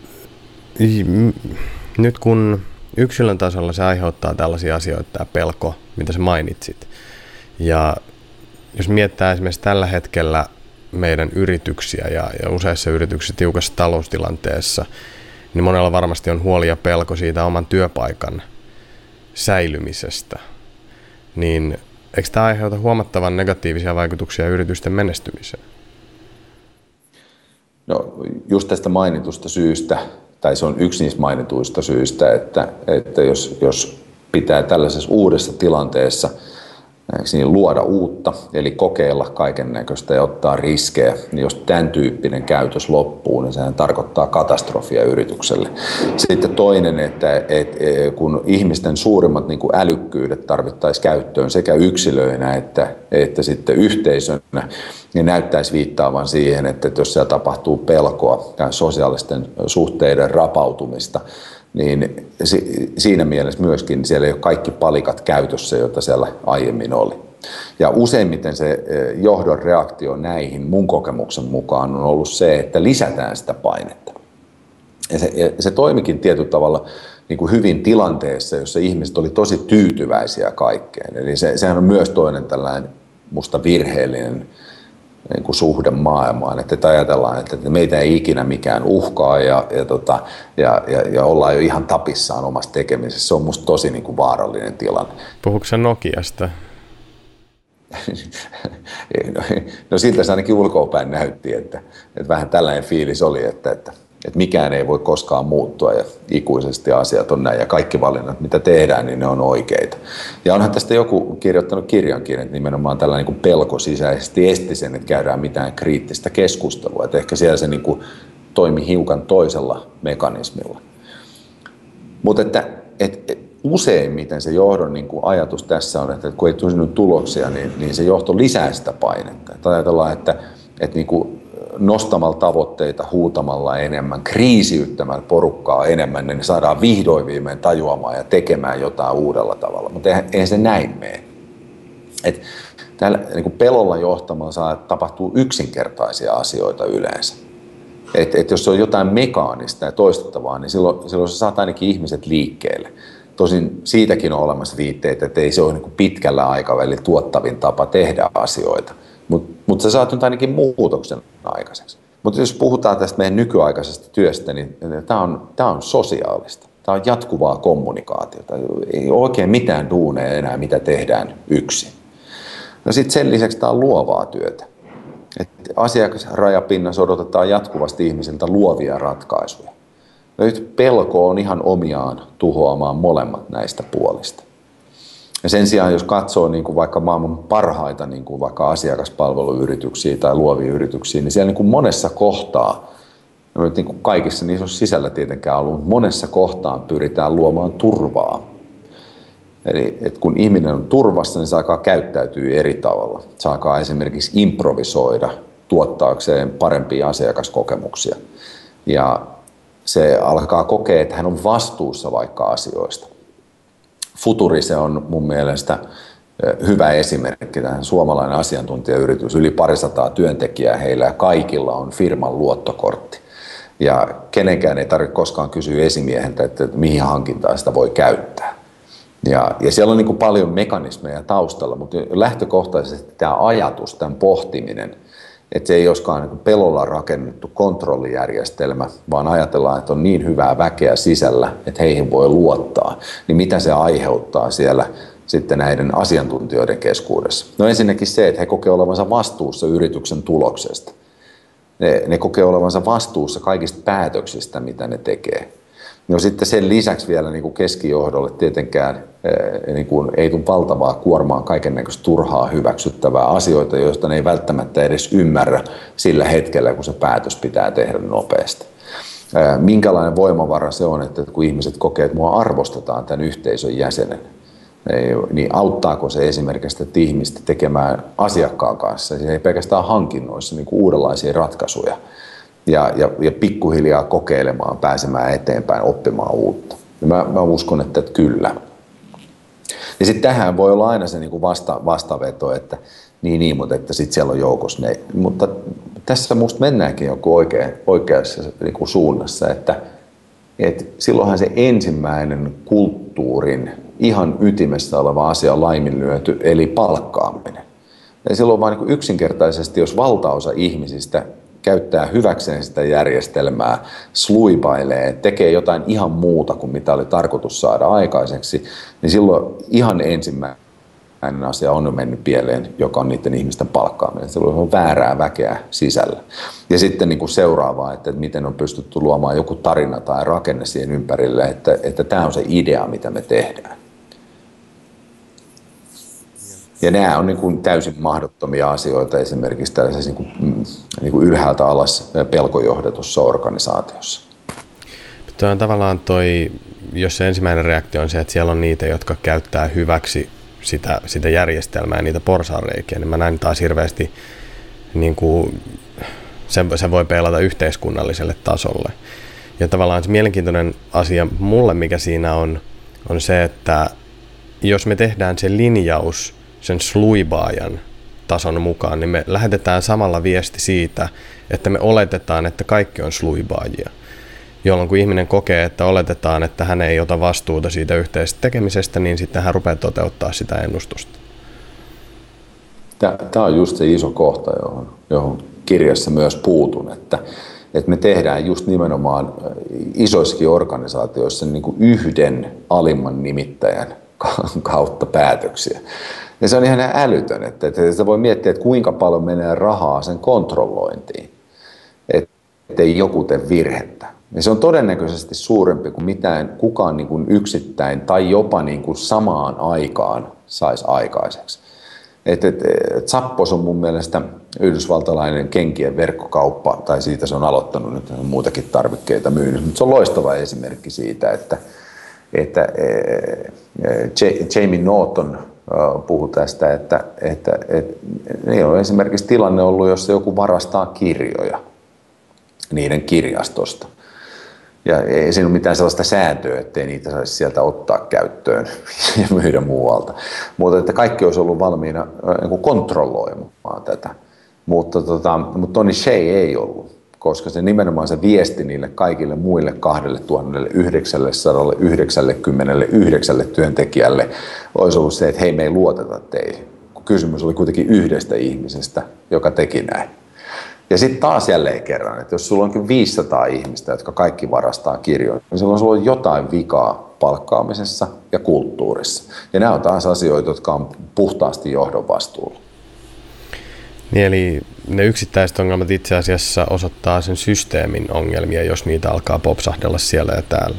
nyt kun yksilön tasolla se aiheuttaa tällaisia asioita, tämä pelko, mitä sä mainitsit. Ja jos miettää esimerkiksi tällä hetkellä meidän yrityksiä ja, ja useissa yrityksissä tiukassa taloustilanteessa, niin monella varmasti on huoli ja pelko siitä oman työpaikan säilymisestä. Niin eikö tämä aiheuta huomattavan negatiivisia vaikutuksia yritysten menestymiseen? No just tästä mainitusta syystä, tai se on yksi niistä mainituista syistä, että, että jos, jos pitää tällaisessa uudessa tilanteessa niin luoda uutta, eli kokeilla kaiken näköistä ja ottaa riskejä, niin jos tämän tyyppinen käytös loppuu, niin sehän tarkoittaa katastrofia yritykselle. Sitten toinen, että, että kun ihmisten suurimmat niin kuin älykkyydet tarvittaisiin käyttöön sekä yksilöinä että, että sitten yhteisönä, niin näyttäisi viittaavan siihen, että jos siellä tapahtuu pelkoa tai sosiaalisten suhteiden rapautumista, niin siinä mielessä myöskin siellä ei ole kaikki palikat käytössä, joita siellä aiemmin oli. Ja useimmiten se johdon reaktio näihin mun kokemuksen mukaan on ollut se, että lisätään sitä painetta. Ja se, ja se toimikin tietyllä tavalla niin kuin hyvin tilanteessa, jossa ihmiset oli tosi tyytyväisiä kaikkeen. Eli se, sehän on myös toinen tällainen musta virheellinen niin kuin suhde maailmaan, että ajatellaan, että meitä ei ikinä mikään uhkaa ja, ja, tota, ja, ja, ja ollaan jo ihan tapissaan omassa tekemisessä. Se on musta tosi niin kuin vaarallinen tilanne. Puhuuko sä Nokiasta? no, no siltä se ainakin ulkoapäin näytti, että, että vähän tällainen fiilis oli, että, että, että mikään ei voi koskaan muuttua ja ikuisesti asiat on näin ja kaikki valinnat, mitä tehdään, niin ne on oikeita. Ja onhan tästä joku kirjoittanut kirjankin, että nimenomaan tällainen niin kuin pelko sisäisesti esti sen, että käydään mitään kriittistä keskustelua. Että ehkä siellä se niin kuin toimi hiukan toisella mekanismilla. Mutta että, että useimmiten se johdon niin kuin ajatus tässä on, että kun ei tule tuloksia, niin, niin se johto lisää sitä painetta. Että ajatellaan, että, että niin kuin nostamalla tavoitteita, huutamalla enemmän, kriisiyttämällä porukkaa enemmän, niin saadaan vihdoin viimein tajuamaan ja tekemään jotain uudella tavalla. Mutta eihän, eihän se näin mene. Et täällä niin kuin pelolla johtamalla saa tapahtuu yksinkertaisia asioita yleensä. Et, et jos se on jotain mekaanista ja toistettavaa, niin silloin, silloin se saat ainakin ihmiset liikkeelle. Tosin siitäkin on olemassa viitteitä, että ei se ole niin kuin pitkällä aikavälillä tuottavin tapa tehdä asioita. Mutta mut sä saat nyt ainakin muutoksen aikaiseksi. Mutta jos puhutaan tästä meidän nykyaikaisesta työstä, niin tämä on, tää on sosiaalista. Tämä on jatkuvaa kommunikaatiota. Ei ole oikein mitään duuneja enää, mitä tehdään yksin. No sitten sen lisäksi tämä on luovaa työtä. Et asiakasrajapinnassa odotetaan jatkuvasti ihmisiltä luovia ratkaisuja. Nyt pelko on ihan omiaan tuhoamaan molemmat näistä puolista. Ja sen sijaan, jos katsoo niin kuin vaikka maailman parhaita niin kuin vaikka asiakaspalveluyrityksiä tai luovia yrityksiä, niin siellä niin kuin monessa kohtaa, no nyt niin kuin kaikissa niissä on sisällä tietenkään ollut, mutta monessa kohtaan pyritään luomaan turvaa. Eli että kun ihminen on turvassa, niin se alkaa käyttäytyä eri tavalla. Se alkaa esimerkiksi improvisoida tuottaakseen parempia asiakaskokemuksia. Ja se alkaa kokea, että hän on vastuussa vaikka asioista. Futurise on mun mielestä hyvä esimerkki. Tähän suomalainen asiantuntijayritys, yli parisataa työntekijää heillä ja kaikilla on firman luottokortti. Ja kenenkään ei tarvitse koskaan kysyä esimieheltä, että mihin hankintaan sitä voi käyttää. Ja, ja siellä on niin kuin paljon mekanismeja taustalla, mutta lähtökohtaisesti tämä ajatus, tämän pohtiminen, että se ei olisikaan niin pelolla rakennettu kontrollijärjestelmä, vaan ajatellaan, että on niin hyvää väkeä sisällä, että heihin voi luottaa, niin mitä se aiheuttaa siellä sitten näiden asiantuntijoiden keskuudessa? No ensinnäkin se, että he kokee olevansa vastuussa yrityksen tuloksesta. Ne, ne kokee olevansa vastuussa kaikista päätöksistä, mitä ne tekee. No sitten sen lisäksi vielä niin kuin keskijohdolle tietenkään niin kuin ei tule valtavaa kuormaa kaikennäköistä turhaa hyväksyttävää asioita, joista ne ei välttämättä edes ymmärrä sillä hetkellä, kun se päätös pitää tehdä nopeasti. Minkälainen voimavara se on, että kun ihmiset kokee, että mua arvostetaan tämän yhteisön jäsenen, niin auttaako se esimerkiksi että ihmistä tekemään asiakkaan kanssa, siis ei pelkästään hankinnoissa niin kuin uudenlaisia ratkaisuja, ja, ja, ja pikkuhiljaa kokeilemaan, pääsemään eteenpäin, oppimaan uutta. Ja mä, mä uskon, että, että kyllä. Ja sitten tähän voi olla aina se niin kuin vasta, vastaveto, että niin, niin mutta että sitten siellä on joukossa ne. Mutta tässä musta mennäänkin joku oikea, oikeassa niin kuin suunnassa, että, että silloinhan se ensimmäinen kulttuurin ihan ytimessä oleva asia on laiminlyöty, eli palkkaaminen. Ja silloin vaan niin yksinkertaisesti, jos valtaosa ihmisistä käyttää hyväkseen sitä järjestelmää, sluibailee, tekee jotain ihan muuta kuin mitä oli tarkoitus saada aikaiseksi, niin silloin ihan ensimmäinen asia on mennyt pieleen, joka on niiden ihmisten palkkaaminen. Silloin on väärää väkeä sisällä. Ja sitten niin kuin seuraavaa, että miten on pystytty luomaan joku tarina tai rakenne siihen ympärille, että, että tämä on se idea, mitä me tehdään. Ja nämä on niin kuin täysin mahdottomia asioita esimerkiksi tällaisessa niin kuin, niin kuin ylhäältä alas pelkojohdetussa organisaatiossa. Tuo on tavallaan toi, jos se ensimmäinen reaktio on se, että siellä on niitä, jotka käyttää hyväksi sitä, sitä järjestelmää ja niitä porsaanreikiä, niin mä näen taas hirveästi, niin kuin, se, se voi peilata yhteiskunnalliselle tasolle. Ja tavallaan se mielenkiintoinen asia mulle, mikä siinä on, on se, että jos me tehdään se linjaus sen sluibaajan tason mukaan, niin me lähetetään samalla viesti siitä, että me oletetaan, että kaikki on sluibaajia. jolloin kun ihminen kokee, että oletetaan, että hän ei ota vastuuta siitä yhteisestä tekemisestä, niin sitten hän rupeaa toteuttaa sitä ennustusta. Tämä on just se iso kohta, johon, johon kirjassa myös puutun, että, että me tehdään just nimenomaan isoissakin organisaatioissa niin kuin yhden alimman nimittäjän kautta päätöksiä. Ja se on ihan älytön, että, että sitä voi miettiä, että kuinka paljon menee rahaa sen kontrollointiin, ettei joku tee virhettä. Ja se on todennäköisesti suurempi kuin mitään kukaan niin kuin yksittäin tai jopa niin kuin samaan aikaan saisi aikaiseksi. Et, et, et Zappos on mun mielestä yhdysvaltalainen kenkien verkkokauppa, tai siitä se on aloittanut, nyt on muutakin tarvikkeita myynyt, mutta se on loistava esimerkki siitä, että, että e, Jamie Norton puhui tästä, että, että, että ei ole esimerkiksi tilanne ollut, jossa joku varastaa kirjoja niiden kirjastosta. Ja ei siinä ole mitään sellaista sääntöä, ettei niitä saisi sieltä ottaa käyttöön ja myydä muualta. Mutta että kaikki olisi ollut valmiina niin kontrolloimaan tätä. Mutta, tota, mutta Tony Hsieh ei ollut, koska se nimenomaan se viesti niille kaikille muille kaksituhattayhdeksänsataayhdeksänkymmentäyhdeksän työntekijälle olisi ollut se, että hei, me ei luoteta teihin. Kysymys oli kuitenkin yhdestä ihmisestä, joka teki näin. Ja sitten taas jälleen kerran, että jos sulla onkin viisisataa ihmistä, jotka kaikki varastaa kirjoja, niin silloin sulla on jotain vikaa palkkaamisessa ja kulttuurissa. Ja nämä on taas asioita, jotka on puhtaasti johdon vastuulla. Niin eli ne yksittäiset ongelmat itse asiassa osoittaa sen systeemin ongelmia, jos niitä alkaa popsahdella siellä ja täällä.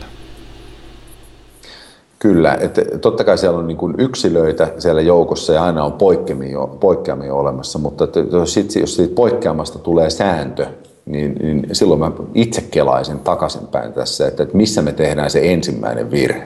Kyllä, että totta kai siellä on niin kuin yksilöitä siellä joukossa ja aina on poikkeamia, poikkeamia olemassa, mutta että jos, sit, jos siitä poikkeamasta tulee sääntö, niin, niin silloin mä itse kelaisin takaisinpäin tässä, että, että missä me tehdään se ensimmäinen virhe.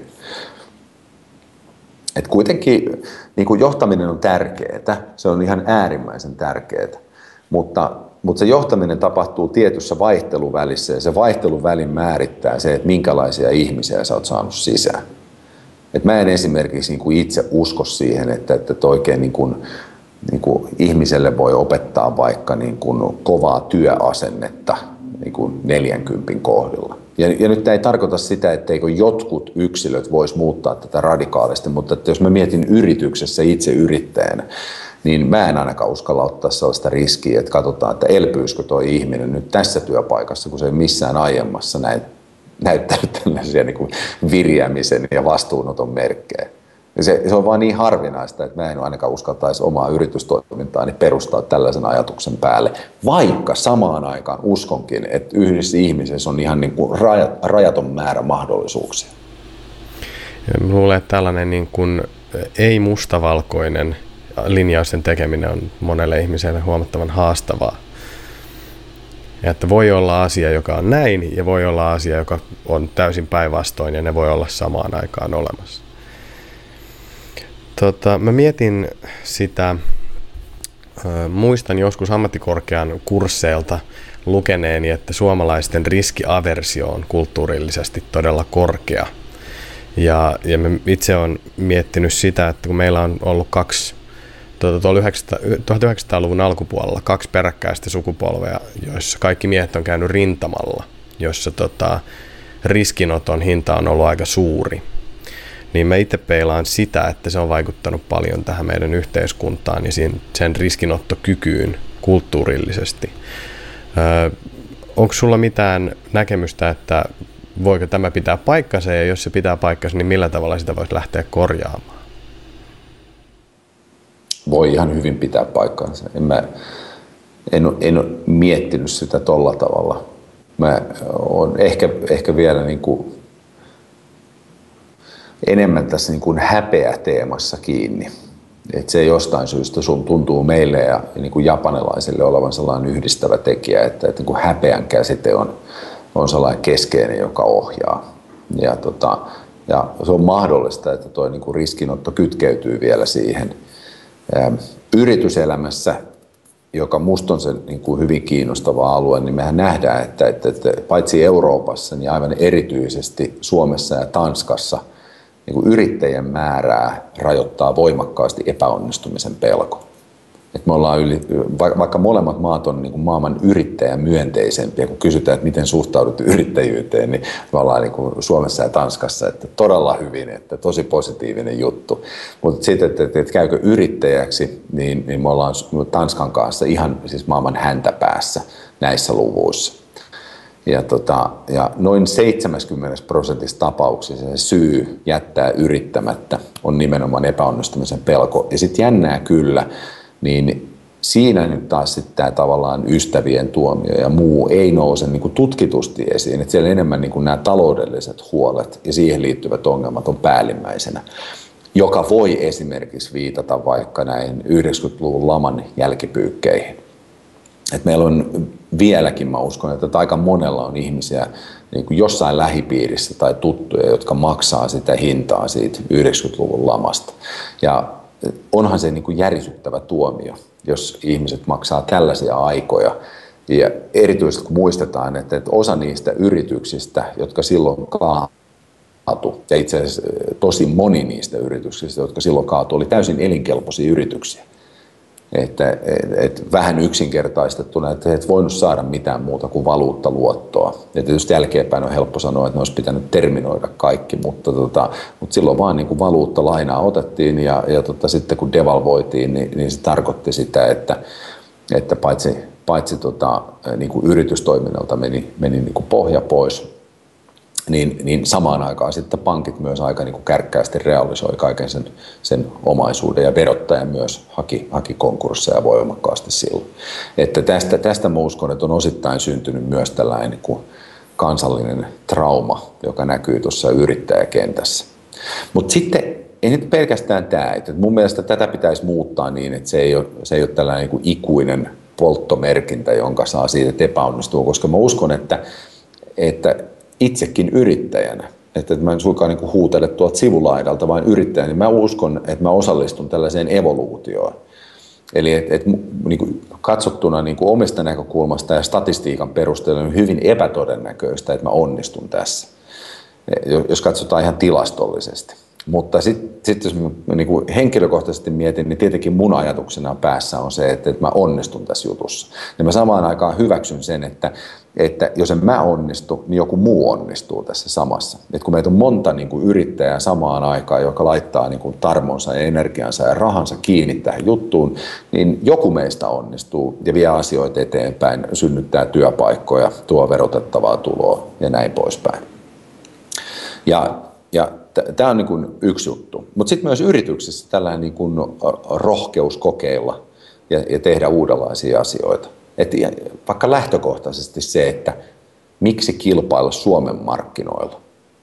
Että kuitenkin niin kuin johtaminen on tärkeää, se on ihan äärimmäisen tärkeää, mutta, mutta se johtaminen tapahtuu tietyssä vaihteluvälissä ja se vaihteluvälin määrittää se, että minkälaisia ihmisiä sä oot saanut sisään. Et mä en esimerkiksi niin kuin itse usko siihen, että, että oikein niin kuin, niin kuin ihmiselle voi opettaa vaikka niin kuin kovaa työasennetta niin kuin neljänkympin kohdilla. Ja, ja nyt tämä ei tarkoita sitä, etteikö jotkut yksilöt vois muuttaa tätä radikaalisti, mutta että jos mä mietin yrityksessä itse yrittäjänä, niin mä en ainakaan uskalla ottaa sellaista riskiä, että katsotaan, että elpyisikö toi ihminen nyt tässä työpaikassa, kun se ei missään aiemmassa näin näyttänyt tällaisia niin kuin virjäämisen ja vastuunoton merkkejä. Ja se, se on vaan niin harvinaista, että mä en ainakaan uskaltaisi omaa yritystoimintaani perustaa tällaisen ajatuksen päälle, vaikka samaan aikaan uskonkin, että yhdessä ihmisessä on ihan niin kuin rajaton määrä mahdollisuuksia. Ja mä luulen, että tällainen niin kuin ei-mustavalkoinen linjausten tekeminen on monelle ihmiselle huomattavan haastavaa. Ja että voi olla asia, joka on näin, ja voi olla asia, joka on täysin päinvastoin, ja ne voi olla samaan aikaan olemassa. Tota, mä mietin sitä, äh, muistan joskus ammattikorkean kursseilta lukeneeni, että suomalaisten riskiaversio on kulttuurillisesti todella korkea. Ja, ja mä itse olen miettinyt sitä, että kun meillä on ollut kaksi tuhatyhdeksänsataaluvun alkupuolella kaksi peräkkäistä sukupolvea, joissa kaikki miehet on käynyt rintamalla, jossa tota, riskinoton hinta on ollut aika suuri. Niin mä itse peilaan sitä, että se on vaikuttanut paljon tähän meidän yhteiskuntaan ja sen riskinottokykyyn kulttuurillisesti. Öö, onko sulla mitään näkemystä, että voiko tämä pitää paikkansa, ja jos se pitää paikkansa, niin millä tavalla sitä voisi lähteä korjaamaan? Voi ihan hyvin pitää paikkaansa. En, mä, en, ole, en ole miettinyt sitä tolla tavalla. Mä oon ehkä, ehkä vielä niin kuin enemmän tässä niin kuin häpeä-teemassa kiinni. Et se jostain syystä sun tuntuu meille ja niin kuin japanilaisille olevan sellainen yhdistävä tekijä, että, että niin kuin häpeän käsite on, on sellainen keskeinen, joka ohjaa. Ja, tota, ja se on mahdollista, että tuo niin kuin riskinotto kytkeytyy vielä siihen. Yrityselämässä, joka musta on se niin kuin hyvin kiinnostava alue, niin mehän nähdään, että, että, että paitsi Euroopassa, niin aivan erityisesti Suomessa ja Tanskassa niin kuin yrittäjien määrää rajoittaa voimakkaasti epäonnistumisen pelko. Et me ollaan yli, vaikka molemmat maat on niin kuin maailman yrittäjämyönteisempiä, kun kysytään, että miten suhtaudut yrittäjyyteen, niin me ollaan niin kuin Suomessa ja Tanskassa, että todella hyvin, että tosi positiivinen juttu. Mutta sitten, että, että, että käykö yrittäjäksi, niin, niin me ollaan Tanskan kanssa ihan siis maailman häntäpäässä näissä luvuissa. Ja, tota, ja noin seitsemänkymmentä prosentissa tapauksissa se syy jättää yrittämättä on nimenomaan epäonnistumisen pelko. Ja sitten jännää kyllä, niin siinä nyt taas sitten tämä tavallaan ystävien tuomio ja muu ei nouse niin kuin tutkitusti esiin. Että siellä enemmän niin kuin nämä taloudelliset huolet ja siihen liittyvät ongelmat on päällimmäisenä, joka voi esimerkiksi viitata vaikka näihin yhdeksänkymmentäluvun laman jälkipyykkeihin. Et meillä on vieläkin, mä uskon, että aika monella on ihmisiä niin kuin jossain lähipiirissä tai tuttuja, jotka maksaa sitä hintaa siitä yhdeksänkymmentäluvun lamasta. Ja onhan se niin kuin järisyttävä tuomio, jos ihmiset maksaa tällaisia aikoja. Ja erityisesti kun muistetaan, että osa niistä yrityksistä, jotka silloin kaatu, ja itse asiassa tosi moni niistä yrityksistä, jotka silloin kaatu, oli täysin elinkelpoisia yrityksiä. Että et, et vähän yksinkertaistettuna, että et voinut saada mitään muuta kuin valuuttaluottoa. Ja tietysti jälkeenpäin on helppo sanoa, että ne olisi pitänyt terminoida kaikki, mutta, tota, mutta silloin vaan niin kuin valuuttalainaa otettiin ja, ja tota, sitten kun devalvoitiin, niin, niin se tarkoitti sitä, että, että paitsi, paitsi tota, niin kuin yritystoiminnalta meni, meni niin kuin pohja pois, Niin, niin samaan aikaan sitten pankit myös aika niin kuin kärkkäästi realisoi kaiken sen, sen omaisuuden ja verottaja myös haki, haki konkursseja voimakkaasti silloin. Että tästä, tästä mä uskon, että on osittain syntynyt myös tällainen niin kuin kansallinen trauma, joka näkyy tuossa yrittäjäkentässä. Mutta sitten ei nyt pelkästään tämä, että mun mielestä tätä pitäisi muuttaa niin, että se ei ole, se ei ole tällainen niin kuin ikuinen polttomerkintä, jonka saa siitä, että epäonnistuu, koska mä uskon, että, että itsekin yrittäjänä, että mä en suinkaan niin kuin huutele tuolta sivulaidalta, vaan yrittäjänä, niin mä uskon, että mä osallistun tällaiseen evoluutioon. Eli et, et, niin kuin katsottuna niin kuin omista näkökulmasta ja statistiikan perusteella on hyvin epätodennäköistä, että mä onnistun tässä, jos katsotaan ihan tilastollisesti. Mutta sitten sit jos mä niin kuin henkilökohtaisesti mietin, niin tietenkin mun ajatuksena päässä on se, että, että mä onnistun tässä jutussa. Ja mä samaan aikaan hyväksyn sen, että, että jos en mä onnistu, niin joku muu onnistuu tässä samassa. Et kun meitä on monta niin kuin yrittäjää samaan aikaan, joka laittaa niin kuin tarmonsa ja energiansa ja rahansa kiinni tähän juttuun, niin joku meistä onnistuu ja vie asioita eteenpäin, synnyttää työpaikkoja, tuo verotettavaa tuloa ja näin poispäin. Ja, ja tämä on niin kuin yksi juttu, mutta sitten myös yrityksissä tällainen niin kuin rohkeus kokeilla ja, ja tehdä uudenlaisia asioita. Et vaikka lähtökohtaisesti se, että miksi kilpailla Suomen markkinoilla,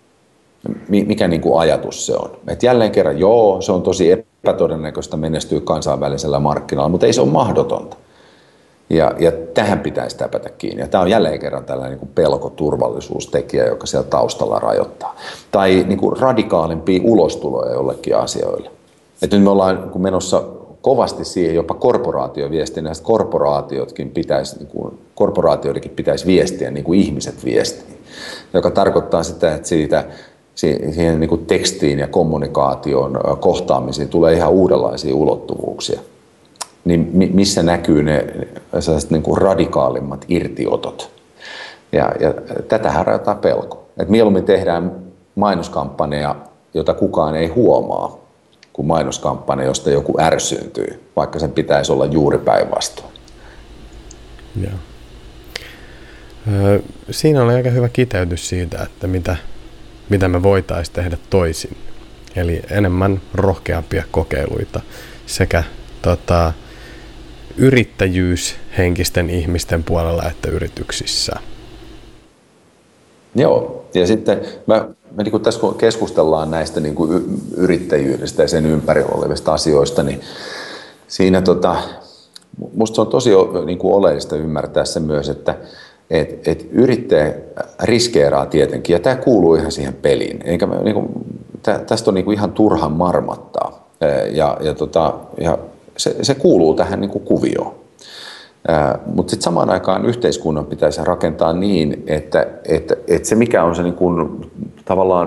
mikä niin kuin ajatus se on. Et jälleen kerran, joo, se on tosi epätodennäköistä menestyä kansainvälisellä markkinoilla, mutta ei se ole mahdotonta. Ja, ja tähän pitäisi täpätä kiinni. Ja tämä on jälleen kerran tällainen niin kuin pelkoturvallisuustekijä, joka siellä taustalla rajoittaa. Tai niin kuin radikaalimpia ulostuloja jollekin asioille. Et nyt me ollaan kun menossa kovasti siihen jopa korporaatioviestinnästä, että korporaatiotkin pitäisi, niin kuin, korporaatioidenkin pitäisi viestiä niin kuin ihmiset viestii. Joka tarkoittaa sitä, että siitä, siihen niin kuin tekstiin ja kommunikaation kohtaamisiin tulee ihan uudenlaisia ulottuvuuksia. Niin missä näkyy ne sellaiset niin kuin radikaalimmat irtiotot. Ja, ja tätähän rajoittaa pelko. Et mieluummin tehdään mainoskampanja, jota kukaan ei huomaa, kuin mainoskampanja, josta joku ärsyyntyy, vaikka sen pitäisi olla juuri päinvastoin. Joo. Öö, siinä oli aika hyvä kiteytys siitä, että mitä, mitä me voitaisiin tehdä toisin. Eli enemmän rohkeampia kokeiluita sekä tota, yrittäjyyshenkisten ihmisten puolella että yrityksissä. Joo, ja sitten mä, me niin tässä kun keskustellaan näistä niin kuin yrittäjyydestä ja sen ympärillä olevista asioista, niin siinä tota, musta se on tosi niin kuin oleellista ymmärtää se myös, että et, et yrittäjä riskeeraa tietenkin, ja tämä kuuluu ihan siihen peliin. Eikä, niin kuin, tä, tästä on niin kuin ihan turhan marmattaa, ja, ja, tota, ja se, se kuuluu tähän niin kuin kuvioon. Mutta sitten samaan aikaan yhteiskunnan pitäisi rakentaa niin, että, että, että se mikä on se niin kuin, tavallaan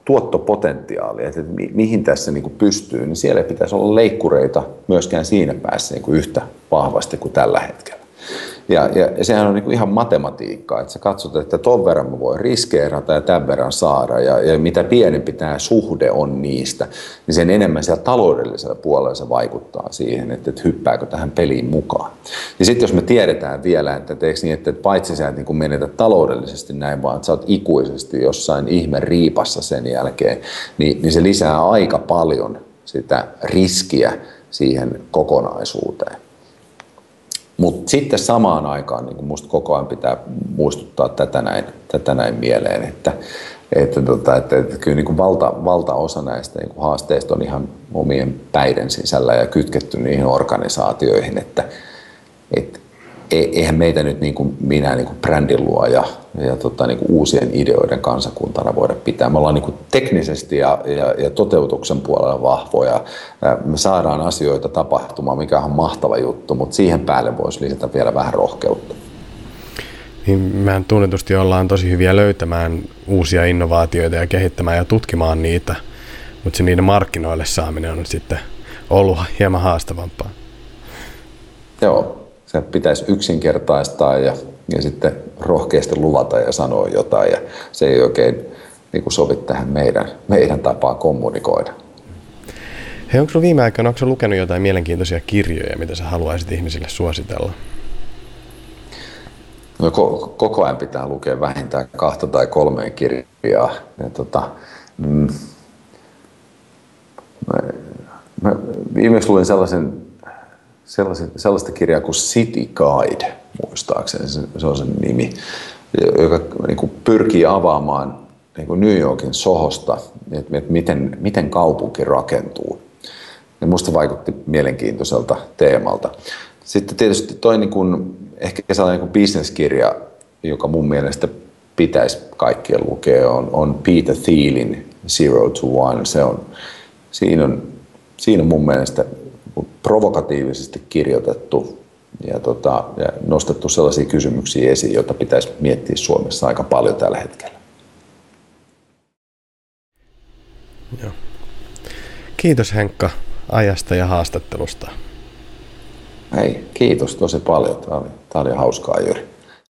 tuottopotentiaalia, että mi- mihin tässä niin kuin pystyy, niin siellä ei pitäisi olla leikkureita myöskään siinä päässä niin kuin yhtä vahvasti kuin tällä hetkellä. Ja, ja, ja sehän on niin kuin ihan matematiikkaa, että sä katsot, että ton verran mä voin riskeerata ja tämän verran saada, ja, ja mitä pienempi tämä suhde on niistä, niin sen enemmän siellä taloudellisella puolella se vaikuttaa siihen, että, että hyppääkö tähän peliin mukaan. Ja sitten jos me tiedetään vielä, että teekö niin, että paitsi sä et niin kuin menetä taloudellisesti näin, vaan että sä oot ikuisesti jossain ihme riipassa sen jälkeen, niin, niin se lisää aika paljon sitä riskiä siihen kokonaisuuteen. Mutta sitten samaan aikaan niin minusta koko ajan pitää muistuttaa tätä näin, tätä näin mieleen, että, että, tota, että, että kyllä niin kuin valta, valtaosa näistä niin kuin haasteista on ihan omien päiden sisällä ja kytketty niihin organisaatioihin, että et, eihän meitä nyt niin kuin minä niin kuin brändin luoja ja tota, niin kuin uusien ideoiden kansakuntana voida pitää. Me ollaan niin kuin teknisesti ja, ja, ja toteutuksen puolella vahvoja. Me saadaan asioita tapahtumaan, mikä on mahtava juttu, mutta siihen päälle voisi lisätä vielä vähän rohkeutta. Niin, mehän tunnetusti ollaan tosi hyviä löytämään uusia innovaatioita ja kehittämään ja tutkimaan niitä, mutta se niiden markkinoille saaminen on sitten ollut hieman haastavampaa. Joo. Se pitäisi yksinkertaistaa ja, ja sitten rohkeasti luvata ja sanoa jotain, ja se ei oikein niin kuin sovi tähän meidän, meidän tapaan kommunikoida. Hei, onko sinulla viime aikoina, onko lukenut jotain mielenkiintoisia kirjoja, mitä sä haluaisit ihmisille suositella? No, ko- koko ajan pitää lukea vähintään kahta tai kolmea kirjaa. Ja, tota, mm, mä, mä viimeksi luin sellaisen sellaista kirjaa kuin City Guide, muistaakseni se on sen nimi, joka niin kuin pyrkii avaamaan niin kuin New Yorkin Sohosta, että miten, miten kaupunki rakentuu. Ja musta vaikutti mielenkiintoiselta teemalta. Sitten tietysti toi niin kuin, ehkä sellainen niin kuin business-kirja, joka mun mielestä pitäisi kaikkien lukea, on, on Peter Thielin Zero to One. Se on, siinä, on, siinä on mun mielestä provokatiivisesti kirjoitettu ja, tota, ja nostettu sellaisia kysymyksiä esiin, joita pitäisi miettiä Suomessa aika paljon tällä hetkellä. Joo. Kiitos Henkka ajasta ja haastattelusta. Hei, kiitos tosi paljon. Tämä oli, tämä oli hauskaa, Jyri.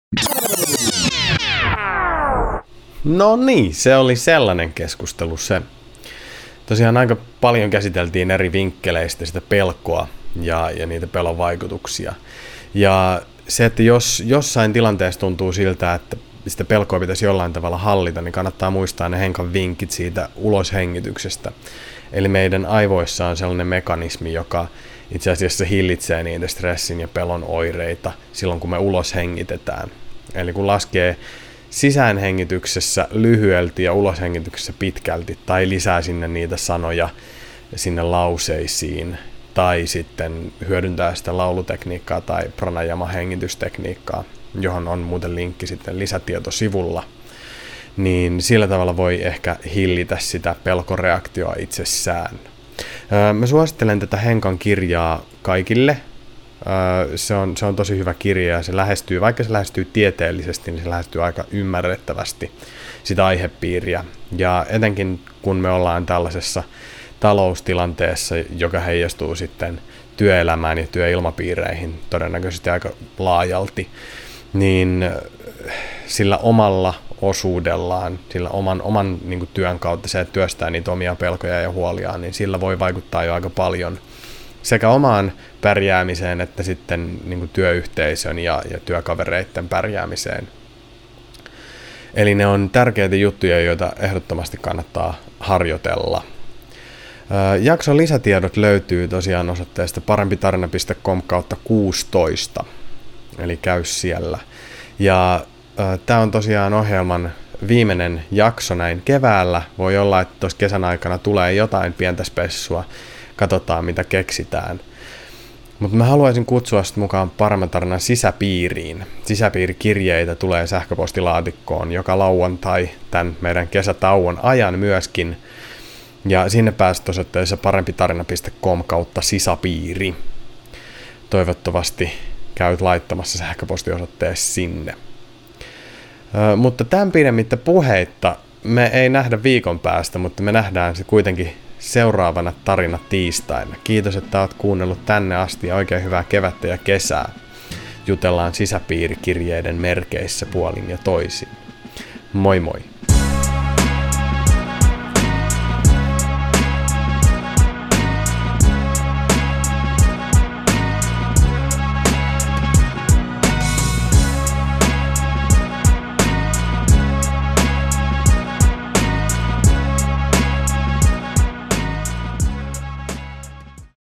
No niin, se oli sellainen keskustelu se. Tosiaan aika paljon käsiteltiin eri vinkkeleistä sitä pelkoa ja, ja niitä pelon vaikutuksia. Ja se, että jos jossain tilanteessa tuntuu siltä, että sitä pelkoa pitäisi jollain tavalla hallita, niin kannattaa muistaa ne Henkan vinkit siitä uloshengityksestä. Eli meidän aivoissa on sellainen mekanismi, joka itse asiassa hillitsee niitä stressin ja pelon oireita silloin, kun me uloshengitetään. Eli kun laskee sisäänhengityksessä lyhyelti ja uloshengityksessä pitkälti, tai lisää sinne niitä sanoja sinne lauseisiin, tai sitten hyödyntää sitä laulutekniikkaa tai pranayama-hengitystekniikkaa, johon on muuten linkki sitten lisätietosivulla, niin sillä tavalla voi ehkä hillitä sitä pelkoreaktioa itsessään. Mä suosittelen tätä Henkan kirjaa kaikille. Se on, se on tosi hyvä kirja ja se lähestyy, vaikka se lähestyy tieteellisesti, niin se lähestyy aika ymmärrettävästi sitä aihepiiriä. Ja etenkin kun me ollaan tällaisessa taloustilanteessa, joka heijastuu sitten työelämään ja työilmapiireihin todennäköisesti aika laajalti, niin sillä omalla osuudellaan, sillä oman, oman niin kuin työn kautta se, että työstää niitä omia pelkoja ja huoliaan, niin sillä voi vaikuttaa jo aika paljon sekä omaan pärjäämiseen että sitten niin kuin työyhteisön ja, ja työkavereiden pärjäämiseen. Eli ne on tärkeitä juttuja, joita ehdottomasti kannattaa harjoitella. Jakson lisätiedot löytyy tosiaan osoitteesta parempitarina piste com kautta kuusitoista, eli käy siellä. Ja tämä on tosiaan ohjelman viimeinen jakso näin keväällä. Voi olla, että tuossa kesän aikana tulee jotain pientä spessua. Katsotaan, mitä keksitään. Mutta mä haluaisin kutsua sitten mukaan Paremman tarinan sisäpiiriin. Sisäpiirikirjeitä tulee sähköpostilaatikkoon joka lauantai tämän meidän kesätauon ajan myöskin. Ja sinne pääset osoitteessa parempitarina piste com kautta sisäpiiri. Toivottavasti käyt laittamassa sähköpostiosoitteessa sinne. Ö, mutta tämän pidemmittä puheitta me ei nähdä viikon päästä, mutta me nähdään se kuitenkin seuraavana tarina tiistaina. Kiitos, että oot kuunnellut tänne asti ja oikein hyvää kevättä ja kesää. Jutellaan sisäpiirikirjeiden merkeissä puolin ja toisin. Moi moi!